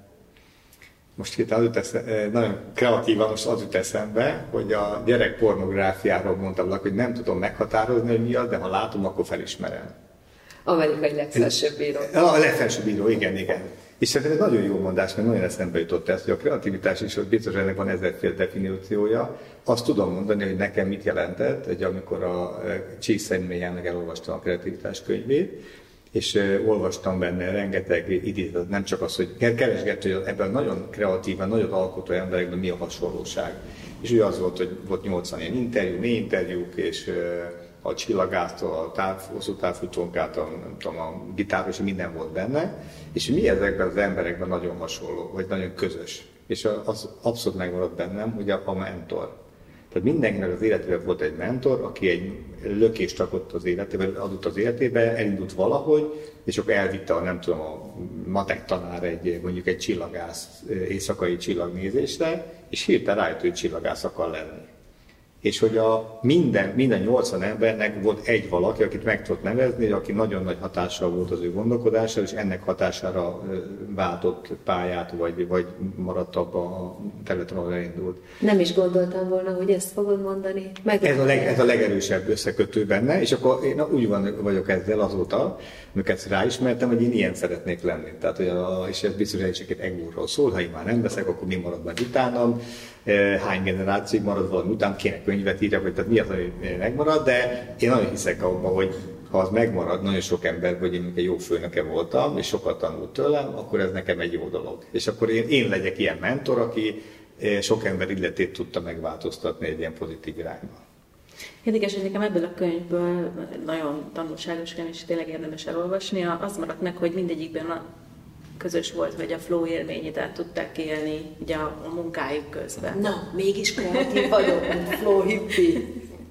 most hirtelen nagyon kreatívan most az jut eszembe, hogy a gyerek pornográfiáról mondtam valaki, hogy nem tudom meghatározni, hogy mi az, de ha látom, akkor felismerem. Amerikai legfelsőbb bíró. A legfelsőbb bíró, igen, igen. És szerintem ez nagyon jó mondás, mert nagyon eszembe jutott ezt, hogy a kreativitás is, hogy biztos ennek van ezerféle definíciója. Azt tudom mondani, hogy nekem mit jelentett, hogy amikor a Csíkszentmihalyinak elolvastam a kreativitás könyvét, és uh, olvastam benne rengeteg idézetet, nem csak az, hogy keresgett, hogy ebben nagyon kreatívan, nagyon alkotó emberekben mi a hasonlóság. És ugye az volt, hogy volt nyolcvan ilyen interjú, mély interjúk, és uh, a csillagásztól, a táv, hosszú távfutónkát, a, nem tudom, a gitáros, minden volt benne, és mi ezekben az emberekben nagyon hasonló, vagy nagyon közös. És az abszolút megmaradt bennem, hogy a, a mentor. Tehát mindenkinek az életében volt egy mentor, aki egy lökést rakott az életébe, adott az életébe, elindult valahogy, és akkor elvitte a, nem tudom, a matek tanár egy, mondjuk egy csillagász, éjszakai csillagnézésre, és hirtelen rájött, hogy csillagász akar lenni. És hogy a minden, minden nyolcvan embernek volt egy valaki, akit meg tudott nevezni, aki nagyon nagy hatással volt az ő gondolkodására, és ennek hatására váltott pályát, vagy, vagy maradt abba a területen, ahol elindult. Nem is gondoltam volna, hogy ezt fogod mondani. Ez a, leg, ez a legerősebb összekötő benne, és akkor én úgy van, vagyok ezzel azóta, amikor ezt ráismertem, hogy én ilyen szeretnék lenni. Tehát, hogy a, és ez biztos, hogy egy egóról szól, ha én már nem veszek, akkor mi marad majd utánam, hány generációig marad valami után, kéne könyvet írjak, vagy tehát mi az, ami megmarad, de én nagyon hiszek abban, hogy ha az megmarad, nagyon sok ember, vagy én egy jó főnöke voltam, és sokat tanult tőlem, akkor ez nekem egy jó dolog. És akkor én, én legyek ilyen mentor, aki sok ember illetét tudta megváltoztatni egy ilyen pozitív irányba. Érdekes, hogy nekem ebből a könyvből nagyon tanulságos könyv, és tényleg érdemes elolvasni. Az maradt meg, hogy mindegyikben a közös volt, hogy a flow élményét át tudták élni ugye a, a munkájuk közben. Na, mégis kreatív vagyok, mint flow hippie.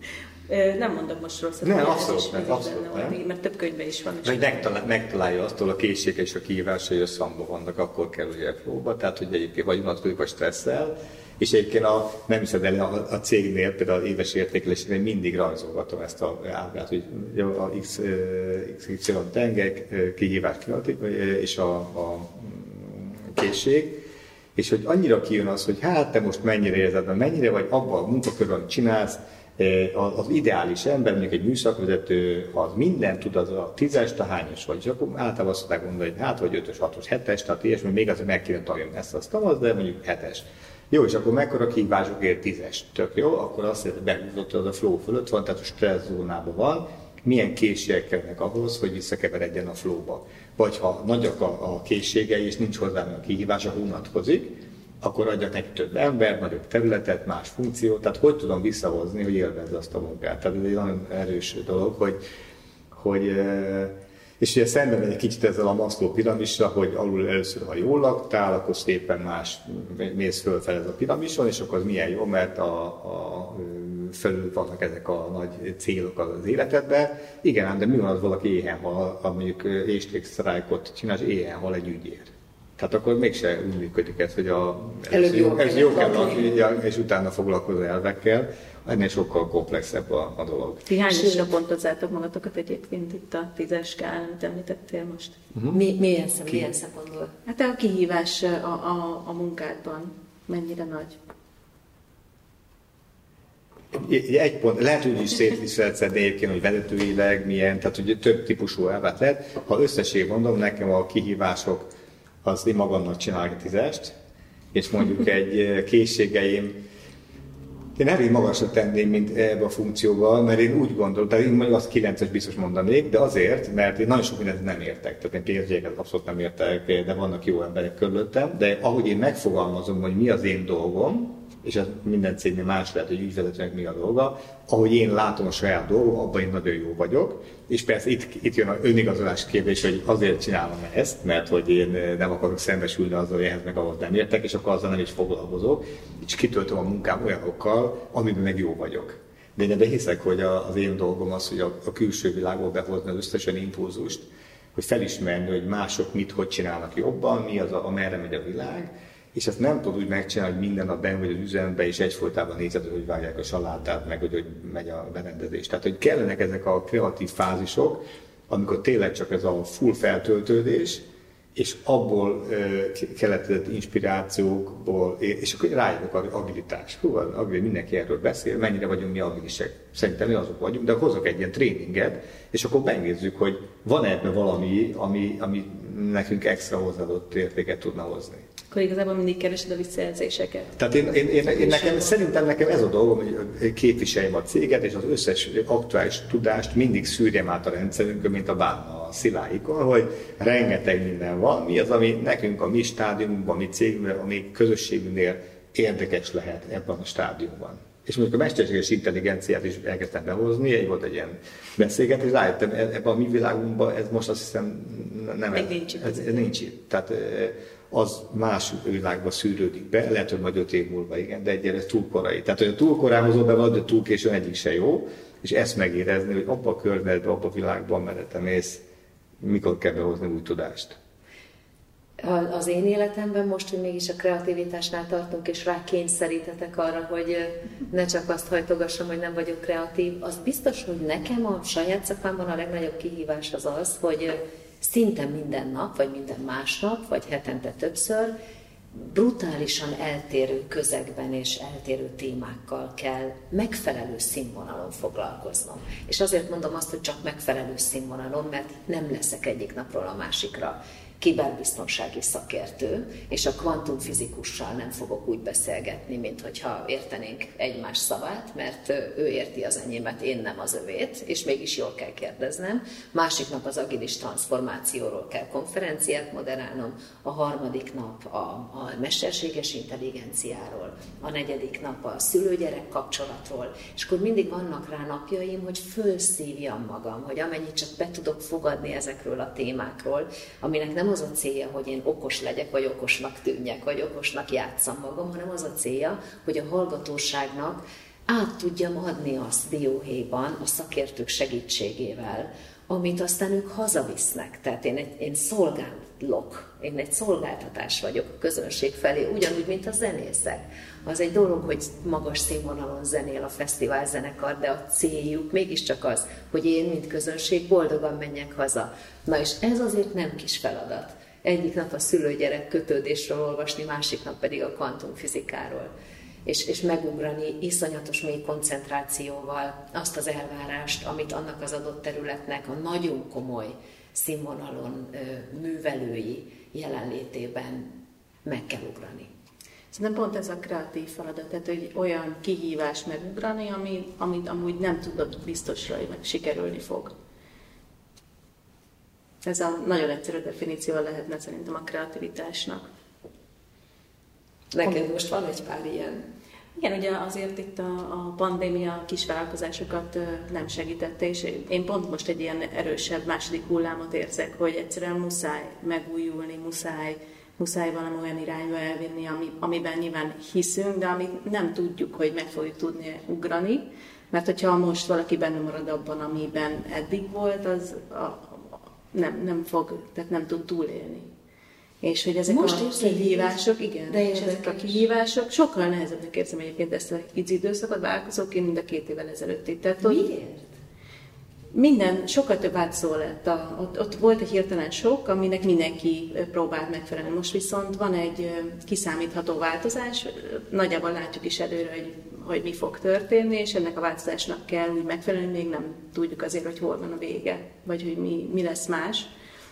Nem mondok most rosszat. Nem, abszolút nem, abszolút nem. Volt, mert több könyvben is van. Vagy megtalál, megtalálja azt, a készsége és a kihívásai összhangban vannak, akkor kerül a flowba, tehát hogy egyébként vagy unatkozik, vagy stresszel. És egyébként a, nem hiszed el, a, a cégnél, például az éves értékelésnél mindig rajzolgatom ezt a ábrát, hogy a X, X Y tengely, kihívás és a, a készség, és hogy annyira kijön az, hogy hát te most mennyire érzed, mennyire vagy abban a munkakörön csinálsz, az ideális ember, mondjuk egy műszakvezető, ha az mindent tud, az a tízes, a hányos vagy, és akkor általában azt szokták gondolni, hogy hát vagy ötös, hatos, hetes, tehát ilyesmi, még azért meg kéne tanulni ezt, azt az, de mondjuk hetes. Jó, és akkor mekkora kihívásokért tízes, tök jó, akkor azt jelenti, hogy behúzott, az a flow fölött van, tehát a stressz zónában van, milyen készségek kellnek ahhoz, hogy visszakeveredjen a flowba. Vagy ha nagyok a, a készségei, és nincs hozzá a kihívás, akkor unatkozik, akkor adjak neki több ember, nagyobb területet, más funkciót, tehát hogy tudom visszahozni, hogy élvezze azt a munkát. Tehát ez egy nagyon erős dolog, hogy, hogy és ugye szemben megy egy kicsit ezzel a Maslow piramisra, hogy alul először, ha jól laktál, akkor szépen más mész fölfel ez a piramison, és akkor az milyen jó, mert a, a felül vannak ezek a nagy célok az életedben. Igen, ám, de mi van az valaki éhen hal, mondjuk éjségsztrájkot csinál, és éhen hal egy ügyér. Tehát akkor mégse úgy működik ez, hogy a, ez jó, ez jó kell lakni, és utána foglalkozó elvekkel, ennél sokkal komplexebb a, a dolog. Ti hányosra pontozzátok magatokat egyébként itt a tízes skálán, amit említettél most? Uh-huh. Mi, milyen, szem, milyen szempontból? Hát a kihívás a, a, a munkádban mennyire nagy? Egy pont, lehet úgy is szétviselcedni egyébként, hogy vezetőileg milyen, tehát hogy több típusú elvát lehet. Ha összesség mondom, nekem a kihívások, az én magamnak csinálok egy tízest, és mondjuk egy készségeim, én elég magasra tenném, mint ebbe a funkcióval, mert én úgy gondolom, tehát én mondjuk azt kilences biztos mondanék, de azért, mert én nagyon sok mindent nem értek, tehát én pénzügyeket abszolút nem értek, de vannak jó emberek körülöttem, de ahogy én megfogalmazom, hogy mi az én dolgom, és ez minden cégnél más lehet, hogy ügyvezetőnek mi a dolga, ahogy én látom a saját dolgom, abban én nagyon jó vagyok, és persze itt, itt jön a önigazolás kérdés, hogy azért csinálom ezt, mert hogy én nem akarok szembesülni azzal, hogy ehhez meg ahhoz nem értek, és akkor azzal nem is foglalkozok, és kitöltöm a munkám olyanokkal, amiben meg jó vagyok. De én ebben hiszek, hogy az én dolgom az, hogy a, a külső világból behozni az összesen impulzust, hogy felismerni, hogy mások mit, hogy csinálnak jobban, mi az, a, amerre megy a világ, és ezt nem tud úgy megcsinálni, hogy minden nap benn vagy az üzemben, és egyfolytában nézed, hogy vágják a salátát, meg hogy, hogy megy a berendezés. Tehát, hogy kellenek ezek a kreatív fázisok, amikor tényleg csak ez a full feltöltődés, és abból uh, keletkezett inspirációkból, és akkor rájövök az agilitás. Hú, agil, mindenki erről beszél, mennyire vagyunk mi agilisek. Szerintem mi azok vagyunk, de hozok egy ilyen tréninget, és akkor megnézzük, hogy van ebben valami, ami, ami nekünk extra hozzáadott értéket tudna hozni. Akkor igazából mindig keresed a visszajelzéseket. Tehát én, én, én, én nekem, szerintem nekem ez a dolgom, hogy képviseljem a céget, és az összes aktuális tudást mindig szűrjem át a rendszerünkön, mint a bálna a sziláikon, hogy rengeteg minden van, mi az, ami nekünk a mi stádiumunkban, a mi cégünkben, a mi közösségünknél érdekes lehet ebben a stádiumban. És mondjuk a mesterséges intelligenciát is elkezdtem behozni, egy volt egy ilyen beszélgetés, rájöttem, ebben a mi világunkban ez most azt hiszem nem, ez, nincs itt. Ez, ez nincs itt. Tehát az más világba szűrődik be, lehet, hogy majd öt év múlva, igen, de egyre ez túl korai. Tehát, hogy túl korán hozol be van, de túl későn egyik se jó, és ezt megérezni, hogy abba a környezetben, abba a világban menetem ész, mikor kell behozni új tudást. Az én életemben most, hogy mégis a kreativitásnál tartunk, és rá kényszerítetek arra, hogy ne csak azt hajtogassam, hogy nem vagyok kreatív, az biztos, hogy nekem a saját szakmámban a legnagyobb kihívás az az, hogy szinte minden nap, vagy minden másnap, vagy hetente többször brutálisan eltérő közegben és eltérő témákkal kell megfelelő színvonalon foglalkoznom. És azért mondom azt, hogy csak megfelelő színvonalon, mert nem leszek egyik napról a másikra kiberbiztonsági szakértő, és a kvantumfizikussal nem fogok úgy beszélgetni, mint hogyha értenénk egymás szavát, mert ő érti az enyémet, én nem az övét, és mégis jól kell kérdeznem. Másik nap az agilis transformációról kell konferenciát moderálnom, a harmadik nap a, a mesterséges intelligenciáról, a negyedik nap a szülő-gyerek kapcsolatról, és akkor mindig vannak rá napjaim, hogy fölszívjam magam, hogy amennyit csak be tudok fogadni ezekről a témákról, aminek nem az a célja, hogy én okos legyek, vagy okosnak tűnjek, vagy okosnak játsszam magam, hanem az a célja, hogy a hallgatóságnak át tudjam adni azt dióhéjban a szakértők segítségével, amit aztán ők hazavisznek. Tehát én, egy, én szolgálok, én egy szolgáltatás vagyok a közönség felé, ugyanúgy, mint a zenészek. Az egy dolog, hogy magas színvonalon zenél a fesztiválzenekar, de a céljuk mégiscsak az, hogy én, mint közönség, boldogan menjek haza. Na és ez azért nem kis feladat. Egyik nap a szülő-gyerek kötődésről olvasni, másik nap pedig a kvantumfizikáról. És, és megugrani iszonyatos mély koncentrációval azt az elvárást, amit annak az adott területnek a nagyon komoly színvonalon ö, művelői jelenlétében meg kell ugrani. Szerintem pont ez a kreatív feladat, tehát hogy olyan kihívás megugrani, ami, amit amúgy nem tudod biztosra, hogy meg sikerülni fog. Ez a nagyon egyszerű definícióval lehetne szerintem a kreativitásnak. Neked most van egy pár ilyen? Igen, ugye azért itt a, a pandémia kisvállalkozásokat nem segítette, és én pont most egy ilyen erősebb második hullámot érzek, hogy egyszerűen muszáj megújulni, muszáj, muszáj valami olyan irányba elvinni, ami, amiben nyilván hiszünk, de amit nem tudjuk, hogy meg fogjuk tudni ugrani, mert hogyha most valaki benne marad abban, amiben eddig volt, az a, a, nem, nem fog, tehát nem tud túlélni. És hogy ezek Most a kihívások, igen, de és ezek a kihívások sokkal nehezebbnek érzem egyébként ezt a kids időszakot, vállalkozóként, mint a két évvel ezelőtti. Tehát ott miért? minden, sokkal több változó lett. A, ott, ott volt egy hirtelen sok, aminek mindenki próbált megfelelni. Most viszont van egy kiszámítható változás, nagyjából látjuk is előre, hogy, hogy mi fog történni, és ennek a változásnak kell úgy megfelelni, még nem tudjuk azért, hogy hol van a vége, vagy hogy mi, mi lesz más.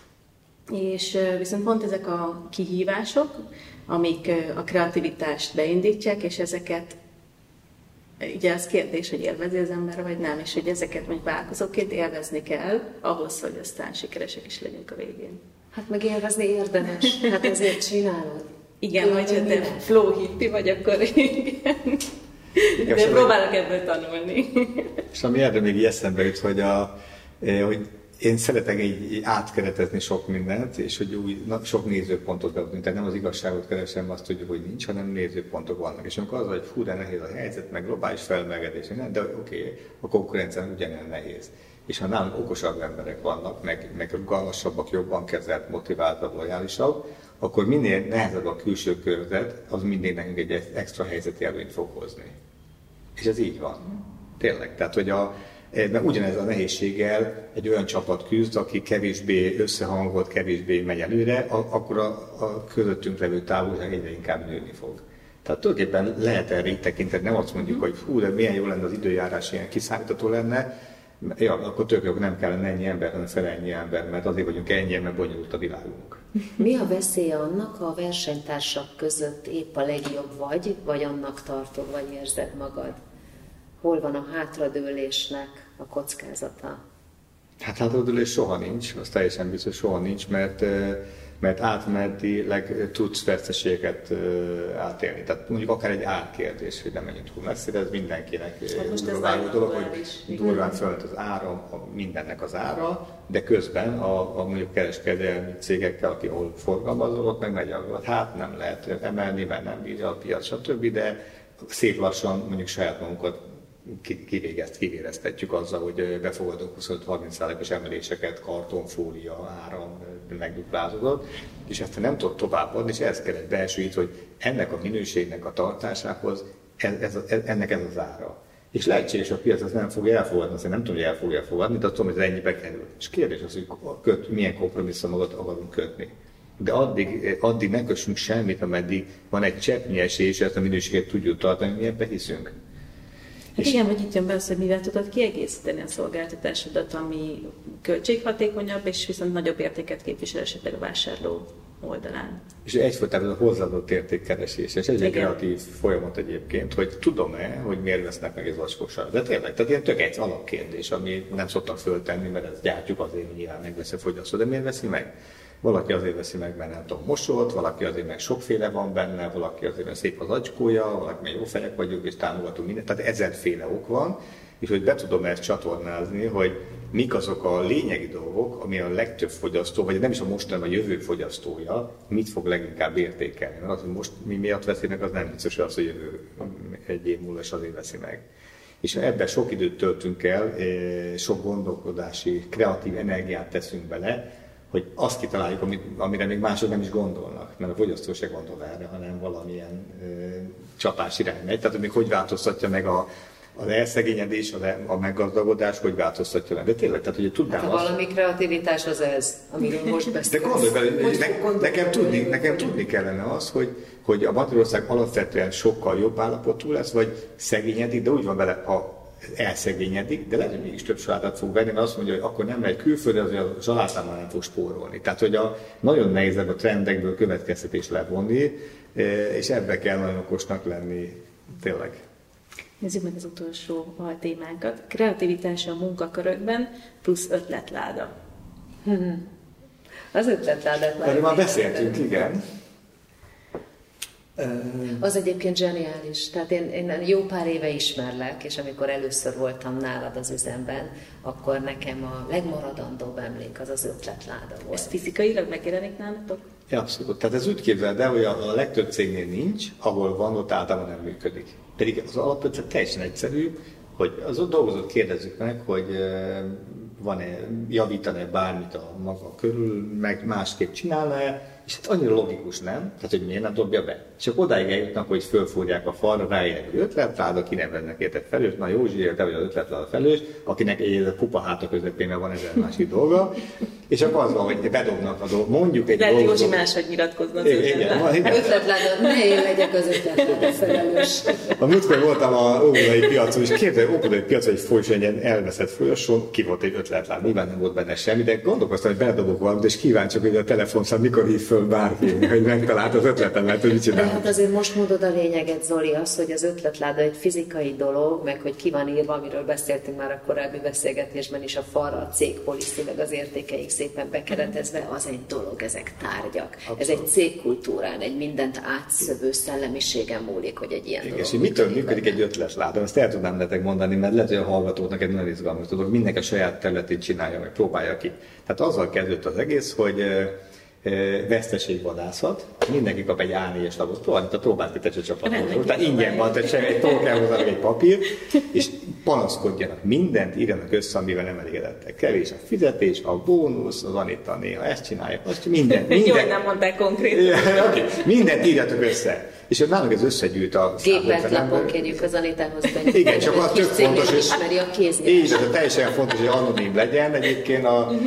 És viszont pont ezek a kihívások, amik a kreativitást beindítják, és ezeket, ugye az kérdés, hogy élvezi az ember, vagy nem, és hogy ezeket mondjuk vállalkozóként élvezni kell, ahhoz, hogy aztán sikeresek is legyünk a végén. Hát meg élvezni érdemes, hát ezért csinálod. Igen, hogyha te flow hippie vagy, akkor igen. De próbálok ebből tanulni. És ami erre még így eszembe jut, hogy, a, hogy én szeretek így átkeretezni sok mindent, és hogy új, na, sok nézőpontot beadni. Tehát nem az igazságot keresem, azt tudjuk, hogy nincs, hanem nézőpontok vannak. És amikor az, hogy fú, de nehéz a helyzet, meg globális felmelegedés, de oké, okay, a konkurencia ugyanilyen nehéz. És ha nálunk okosabb emberek vannak, meg, meg rugalmasabbak, jobban kezelt, motiváltabb, lojálisabb, akkor minél nehezebb a külső környezet, az mindig nekünk egy extra helyzeti előnyt fog hozni. És ez így van. Tényleg. Tehát, hogy a mert ugyanez a nehézséggel egy olyan csapat küzd, aki kevésbé összehangolt, kevésbé megy előre, akkor a, a közöttünk levő távolság egyre inkább nőni fog. Tehát tulajdonképpen lehet erre így tekinteni, nem azt mondjuk, hogy hú, de milyen jó lenne az időjárás, ilyen kiszámítható lenne, ja, akkor tök nem kellene ennyi ember, hanem fele ennyi ember, mert azért vagyunk ennyi, mert bonyolult a világunk. Mi a veszélye annak, ha a versenytársak között épp a legjobb vagy, vagy annak tartod, vagy érzed magad? Hol van a hátradőlésnek a kockázata? Hát hátradőlés soha nincs, az teljesen biztos, soha nincs, mert, mert átmenetileg tudsz veszteségeket átélni. Tehát mondjuk akár egy árkérdés, hogy nem menjünk túl messzire, ez mindenkinek durvágó dolog, hogy durván fölött az ára, mindennek az ára, de közben a, a mondjuk kereskedelmi cégekkel, aki ahol forgalmazol, ott meg megy a hát nem lehet emelni, mert nem bírja a piac, stb. De szép lassan mondjuk saját magunkat kivégezt, kivéreztetjük azzal, hogy befogadunk huszonöt-harminc százalékos emeléseket, kartonfólia, áram megduplázódott, és ezt nem tudod továbbadni, és ez kell egy belső, hogy ennek a minőségnek a tartásához ez, ez, ez, ennek ez az ára. És lehetséges, a piac ezt nem fogja elfogadni, azt nem tudom, hogy el fogja fogadni, de azt tudom, hogy ez ennyibe kerül. És kérdés az, hogy köt, milyen kompromisszumokat akarunk kötni. De addig, addig ne kössünk semmit, ameddig van egy cseppnyi esély, és ezt a minőséget tudjuk tartani, mi ebbe hiszünk. Hát igen, hogy itt jön be az, hogy mivel tudod kiegészíteni a szolgáltatásodat, ami költséghatékonyabb, és viszont nagyobb értéket képvisel esetleg a vásárló oldalán. És egyfolytában a hozzáadott értékkeresés, és egy kreatív folyamat egyébként, hogy tudom-e, hogy miért vesznek meg ez vaskosan. De tényleg, tehát ilyen tök egy alapkérdés, ami nem szoktak föltenni, mert ezt gyártjuk azért, hogy nyilván megveszi a fogyasztó, de miért veszi meg? Valaki azért veszi meg, mert nem tudom, mosolt, valaki azért meg sokféle van benne, valaki azért, mert szép az acskója, valaki meg jó fejek vagyunk és támogatunk mindent. Tehát ezerféle ok van, és hogy be tudom ezt csatornázni, hogy mik azok a lényegi dolgok, ami a legtöbb fogyasztó, vagy nem is a mostani, vagy a jövő fogyasztója, mit fog leginkább értékelni. Mert az, hogy most mi miatt veszi meg, az nem biztos, az, hogy jövő egy év múlva is azért veszi meg. És ebben sok időt töltünk el, sok gondolkodási, kreatív energiát teszünk bele, hogy azt kitaláljuk, amit, amire még mások nem is gondolnak, mert a fogyasztó se gondol erre, hanem valamilyen ö, csapás irány megy. Tehát, hogy még hogy változtatja meg a, az elszegényedés, a, a meggazdagodás, hogy változtatja meg. De tényleg, tehát ugye tudnám hát, azt... valami kreativitás az ez, amiről most beszélsz. De gondolj bele, ne, nekem, tudni, nekem tudni kellene az, hogy, hogy a Magyarország alapvetően sokkal jobb állapotú lesz, vagy szegényedik, de úgy van vele, ha elszegényedik, de lehet, hogy mégis több salátát fog venni, mert azt mondja, hogy akkor nem megy külföldre, azért a salátával nem fog spórolni. Tehát, hogy a, nagyon nehéz a trendekből következtetést levonni, és ebbe kell nagyon okosnak lenni, tényleg. Nézzük meg az utolsó témánkat. Kreativitás a munkakörökben plusz ötletláda. Hmm. Az ötletládát már... Erről már beszéltünk, igen. Az egyébként zseniális. Tehát én, én jó pár éve ismerlek, és amikor először voltam nálad az üzemben, akkor nekem a legmaradandóbb emlék az az ötletláda volt. Ez fizikailag megjelenik nálatok? Ja, abszolút. Tehát ez úgy képzeld el, hogy a, a legtöbb cégnél nincs, ahol van, ott általában nem működik. Pedig az alapvetően teljesen egyszerű, hogy az ott dolgozót kérdezzük meg, hogy van-e, javítani bármit a maga körül, meg másképp csinálna-e, És hát annyira logikus, nem? Tehát, hogy miért nem dobja be? Csak odáig eljutnak, hogy fölfúrják a falra, ráérnek, hogy ötletláda, kineveznek érte felős, na Józsi, te vagy az ötletláda felős, akinek egy a kupa háta közepén van ezer másik dolga, és akkor az van, hogy bedobnak a dolgot, mondjuk egy dolgot. Lehet Józsi dolgot. máshogy nyilatkozna az ötletláda. Ötletláda, ne én legyek az ötletláda felelős. A múltkor voltam a óbudai piacon, és képzelj, hogy óbudai piacon egy folyosón, elveszett folyosón, ki volt egy ötletláda, nyilván nem volt benne semmi, de gondolkoztam, hogy beledobok valamit, és kíváncsiak, hogy a telefonszám mikor hív föl bárki, hogy megtalált az ötletemet, hogy mit De csinálok. hát azért most mondod a lényeget, Zoli, az, hogy az ötletláda egy fizikai dolog, meg hogy ki van írva, amiről beszéltünk már a korábbi beszélgetésben is, a falra, a cégpolicy, meg az értékeik szépen bekeretezve, az egy dolog, ezek tárgyak. Abszolút. Ez egy cégkultúrán, egy mindent átszövő szellemiségen múlik, hogy egy ilyen igen, dolog. És mitől működik egy ötletláda? Azt el tudnám nektek mondani, mert lehet, hogy a hallgatóknak egy nagyon izgalmas dolog. Mindenki a saját területét csinálja, meg próbálja ki. Tehát azzal kezdődött az egész, hogy veszteségvadászat, mindenki kap egy á négyes lapot, próbálta, próbált ki te se csapatot. Tehát ingyen van, tehát sem egy tól kell hozzá egy papír, és panaszkodjanak, mindent írjanak össze, amivel nem elégedettek. Kevés a fizetés, a bónusz, az Anita néha ezt csinálja, azt minden, minden. Jó, hogy nem mondták konkrétan. Okay. Mindent írjatok össze. És nálunk ez összegyűjt a Géppeltlapon kérjük az Anitához, hogy igen, csak az tök fontos, hogy ismeri a kéznyelvet. így, de teljesen fontos, hogy anonim legyen. Egyébként a, uh-huh.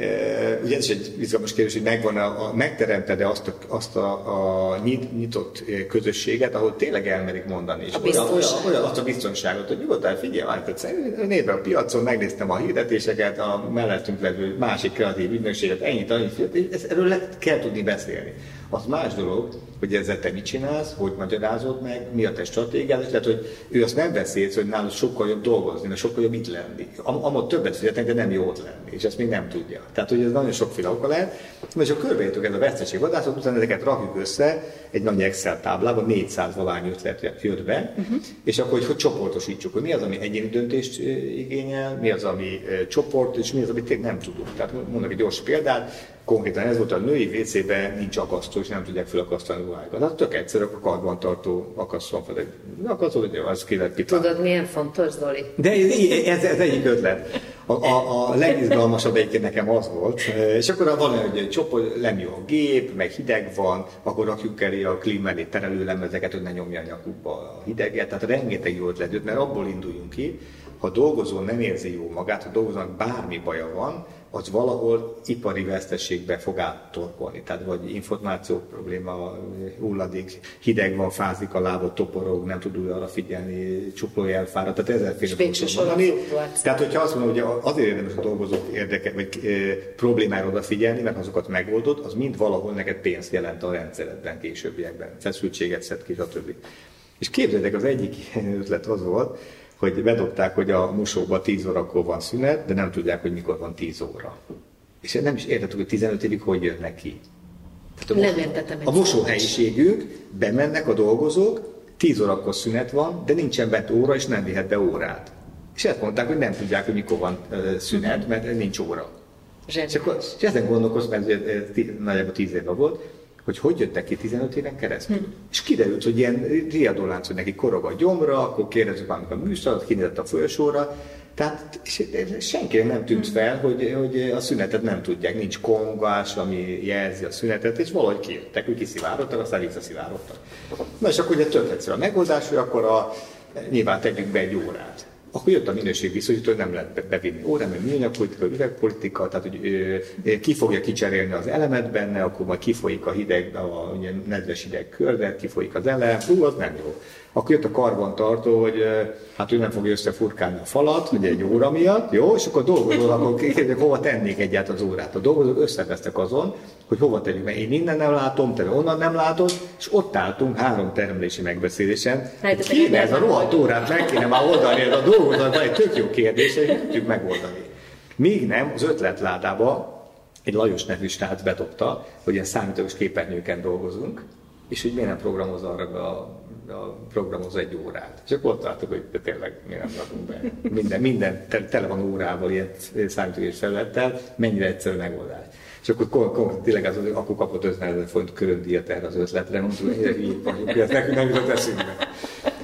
e, ugye ez is egy izgalmas kérdés, hogy megvan a, a, megteremted-e azt, a, azt a, a nyit, nyitott közösséget, ahol tényleg elmerik mondani. És a olyan, olyan, olyan, azt a biztonságot, hogy nyugodtan figyelj, nézd be a piacon, megnéztem a hirdetéseket, a mellettünk levő másik kreatív ügynökséget, ennyit, annyit, ez, erről le kell tudni beszélni. Az más dolog, hogy ezzel te mit csinálsz, hogy magyarázod meg, mi a te stratégiád, tehát hogy ő azt nem beszél, hogy nálad sokkal jobb dolgozni, mert sokkal jobb itt lenni. Am- amott többet fizetnek, de nem jó ott lenni, és ezt még nem tudja. Tehát, hogy ez nagyon sokféle oka lehet. Na, és ha körbejöttök ez a veszteségvadászat, utána ezeket rakjuk össze egy nagy Excel táblában, négyszáz valány ötlet jött be, uh-huh. és akkor, hogy, hogy csoportosítsuk, hogy mi az, ami egyéni döntést igényel, mi az, ami uh, csoport, és mi az, amit tényleg nem tudunk. Tehát mondok egy gyors példát, konkrétan ez volt, a női vécében nincs akasztó, és nem tudják felakasztani a ruháikat. Hát tök egyszerű, a karbantartó akasztó fel. Akasztó, hogy jó, az ki lehet pitálni. Tudod, milyen fontos, Zoli? De ez, ez egyik ötlet. A, a, a legizgalmasabb egyébként nekem az volt, és akkor van egy csoport, nem jó a gép, meg hideg van, akkor rakjuk elé a klíma elé terelőlemezeket, hogy ne nyomja a nyakukba a hideget. Tehát rengeteg jó ötlet jött, mert abból induljunk ki, ha dolgozó nem érzi jó magát, ha dolgozónak bármi baja van, az valahol ipari veszteségbe fog áttorkolni. Tehát vagy információ probléma, hulladik, hideg van, fázik a lábot, toporog, nem tud arra figyelni, csuklója elfárad, tehát ezerféle fontos mondani. Tehát, hogyha azt mondom, hogy azért érdemes a dolgozók érdeke, vagy e, problémára odafigyelni, mert azokat megoldod, az mind valahol neked pénzt jelent a rendszeredben, későbbiekben, feszültséget szed ki, stb. És képzeljétek, az egyik ötlet az volt, hogy bedobták, hogy a mosóban tíz órakor van szünet, de nem tudják, hogy mikor van tíz óra. És nem is értettük, hogy tizenöt évig hogy jönnek ki. Tehát a, nem értettem. A mosóhelyiségünk, bemennek a dolgozók, tíz órakor szünet van, de nincsen bent óra, és nem vihet be órát. És ezt mondták, hogy nem tudják, hogy mikor van uh, szünet, mert nincs óra. És, akkor, és ezen gondolkoztam, mert ez nagyjából tíz éve volt, hogy hogy jöttek ki tizenöt éven keresztül. Hmm. És kiderült, hogy ilyen riadólánc, hogy neki korog a gyomra, akkor kérdezzük valamikor a műsort, kinézett a folyosóra. Tehát senkinek nem tűnt fel, hogy, hogy a szünetet nem tudják, nincs kongás, ami jelzi a szünetet, és valahogy kijöttek, hogy kiszivárogtak, aztán visszaszivárogtak. Na és akkor ugye tök egyszerű a megoldás, hogy akkor a, nyilván tegyünk be egy órát. Akkor jött a minőségviszonyító, hogy nem lehet bevinni órán, mert műanyagpolitika, üvegpolitika, tehát hogy ö, ki fogja kicserélni az elemet benne, akkor majd kifolyik a hideg, a ugye, nedves hideg körbe, kifolyik az elem, hú, az nem jó. Akkor jött a karbantartó, hogy hát ő nem fogja összefurkálni a falat, hogy egy óra miatt, jó, és akkor dolgozók, akkor kérdezik, hova tennék egyáltalán az órát. A dolgozók összevesztek azon, hogy hova tegyük, mert én innen nem látom, te onnan nem látod, és ott álltunk három termelési megbeszélésen. Kéne ez a rohadt órát, meg kéne már oldani, ez a dolgozók, van egy tök jó kérdés, és nem tudjuk megoldani. Míg nem, az ötletládába egy Lajos nevű srác bedobta, hogy ilyen számítógépes képernyőken dolgozunk, és hogy miért nem programoz arra be a, a programoz egy órát. És akkor ott láttuk, hogy de tényleg miért nem rakunk be. Minden, minden tele van órával, ilyen számítógépes felülettel, mennyire egyszerű megoldás. És akkor konkrétan tényleg az, akkor kapott ötvenezer forint köröndíjat erre az ötletre, mondtuk, hogy így vagyunk, ez nekünk nem jutott eszünkbe.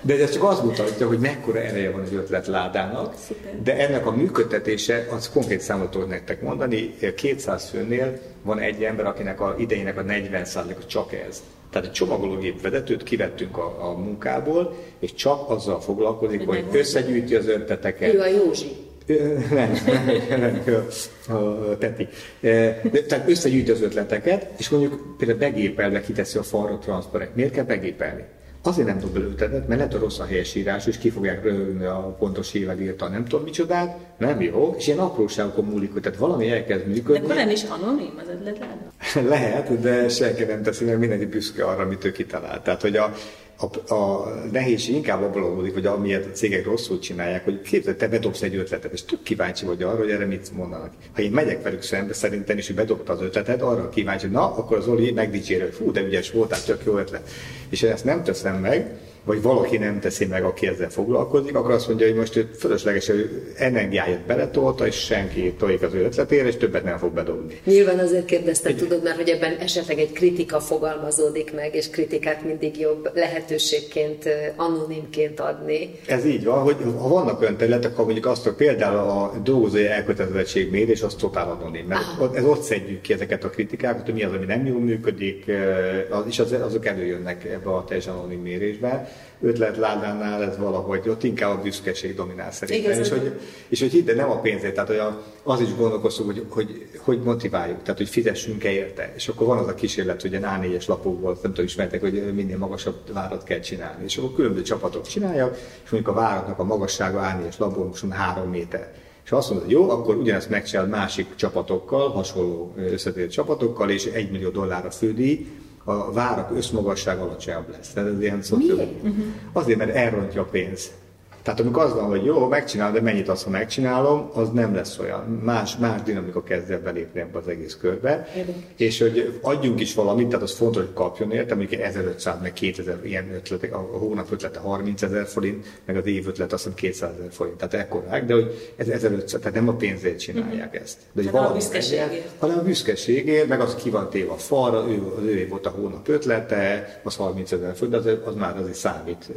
De ez csak azt mutatja, hogy mekkora ereje van az ötletládának, de ennek a működtetése, az konkrét számot tudok nektek mondani, kétszáz főnél van egy ember, akinek a idejének a negyven százaléka csak ez. Tehát egy csomagológép vezetőt kivettünk a, a munkából, és csak azzal foglalkozik, hogy összegyűjti az ötleteket. Ő a Józsi. Nem, nem, a Peti. Tehát összegyűjti az ötleteket, és mondjuk például begépelve kiteszi a falra transzparent. Miért kell begépelni? Azért nem tud belőle ötletet, mert lehet a rossz a helyesírás, és ki fogják röhögni a pontos hível írta, nem tudom micsodát, nem jó, és ilyen apróságokon múlik, hogy tehát valami elkezd működni. De akkor nem is anonim az ötletláda? Lehet, de senki nem teszi, mert mindenki büszke arra, amit ő kitalált. Tehát, hogy a, a, a nehézség inkább abból adódik, hogy amilyet a cégek rosszul csinálják, hogy képzeld, te bedobsz egy ötletet, és tök kíváncsi vagy arra, hogy erre mit mondanak. Ha én megyek velük szembe, szerintem is, hogy bedobta az ötletet, arra kíváncsi, hogy na, akkor az Oli megdicsér, hogy fú, de ügyes voltál, tök jó ötlet. És ezt nem teszem meg, vagy valaki nem teszi meg, aki ezzel foglalkozik, akkor azt mondja, hogy most fölöslegesen energiáját beletolta, és senki tojik az ő ötletére, és többet nem fog bedobni. Nyilván azért kérdeztem, egy... tudod, mert hogy ebben esetleg egy kritika fogalmazódik meg, és kritikát mindig jobb lehetőségként, anonimként adni. Ez így van, hogy ha vannak olyan területek, ha mondjuk azt, hogy például a dolgozói elkötelezettségmérés, az totál anonim, mert ah. ez ott szedjük ki ezeket a kritikákat, hogy mi az, ami nem jól működik, és azok előjönnek ebbe a teljesen anonim mérésbe. Ötletládánál ez valahogy, ott inkább a büszkeség dominál szerintem. És hogy, és hogy hidd, nem a pénzért, tehát hogy a, az is gondolkoztunk, hogy, hogy hogy motiváljuk, tehát hogy fizessünk-e érte. És akkor van az a kísérlet, hogy ilyen á négyes lapokból, nem tudom, ismertek, hogy minél magasabb várat kell csinálni. És akkor különböző csapatok csinálják, és mondjuk a váratnak a magassága á négyes lapból most három méter. És azt mondod, hogy jó, akkor ugyanezt megcsinál másik csapatokkal, hasonló összetett csapatokkal, és egy millió dollár a fődíj, a várak összmagasság alacsonyabb lesz. Tehát ez ilyen szociális. Uh-huh. Azért, mert elrontja a pénz. Tehát amikor az van, hogy jó, megcsinálom, de mennyit azt, ha megcsinálom, az nem lesz olyan. Más, más dinamika kezd el belépni ebbe az egész körbe. Érdekes. És hogy adjunk is valamit, tehát az fontos, hogy kapjon érte, mondjuk ezerötszáz, meg kétezer ilyen ötletek, a hónap ötlete harmincezer forint, meg az év ötlete azt hiszem kétszázezer forint. Tehát ekkorák, de hogy ez ezerötszáz, tehát nem a pénzért csinálják uh-huh. ezt. De hanem a büszkeségért. Hanem a büszkeségért, meg az ki van téve a falra, ő, az ő volt a hónap ötlete, az harmincezer forint, de az, az már azért számít.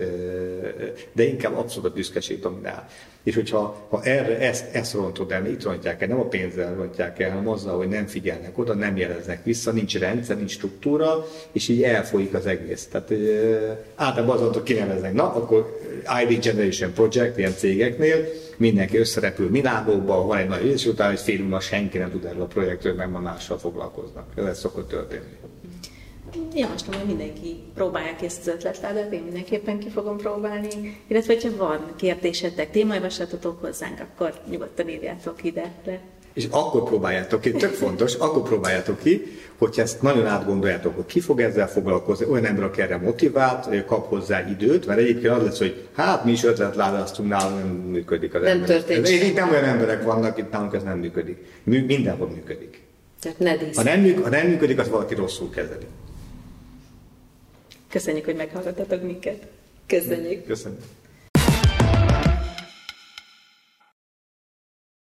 De inkább abszolút büszkeség dominál. És hogyha ha erre ezt, ezt rontod el, itt rontják el, nem a pénzzel rontják el, hanem azzal, hogy nem figyelnek oda, nem jeleznek vissza, nincs rendszer, nincs struktúra, és így elfolyik az egész. Tehát általában azon, hogy kineveznek, na, akkor i dé Generation Project, ilyen cégeknél, mindenki összerepül Milánóban, van egy nagy és utána egy fél múlva senki nem tud erről a projektről, meg már mással foglalkoznak. Ez szokott történni. Javaslom, hogy mindenki próbálja ki ezt az ötletládát, én mindenképpen ki fogom próbálni. Illetve, hogyha van kérdésetek, témajavaslatotok hozzánk, akkor nyugodtan írjátok ide le. És akkor próbáljátok ki, tök fontos, akkor próbáljátok ki, hogyha ezt nagyon átgondoljátok, hogy ki fog ezzel foglalkozni, olyan ember, aki erre motivált, kap hozzá időt, mert egyébként az lesz, hogy hát mi is ötletládáztunk, nálunk nem működik az nem ember. történt ez, itt nem olyan emberek vannak, itt nálunk ez nem működik. Mindenhol működik. Tehát ne dísz. Ha nem, működik, ha nem működik, az valaki rosszul kezeli. Köszönjük, hogy meghallgattatok minket. Köszönjük. Köszönjük.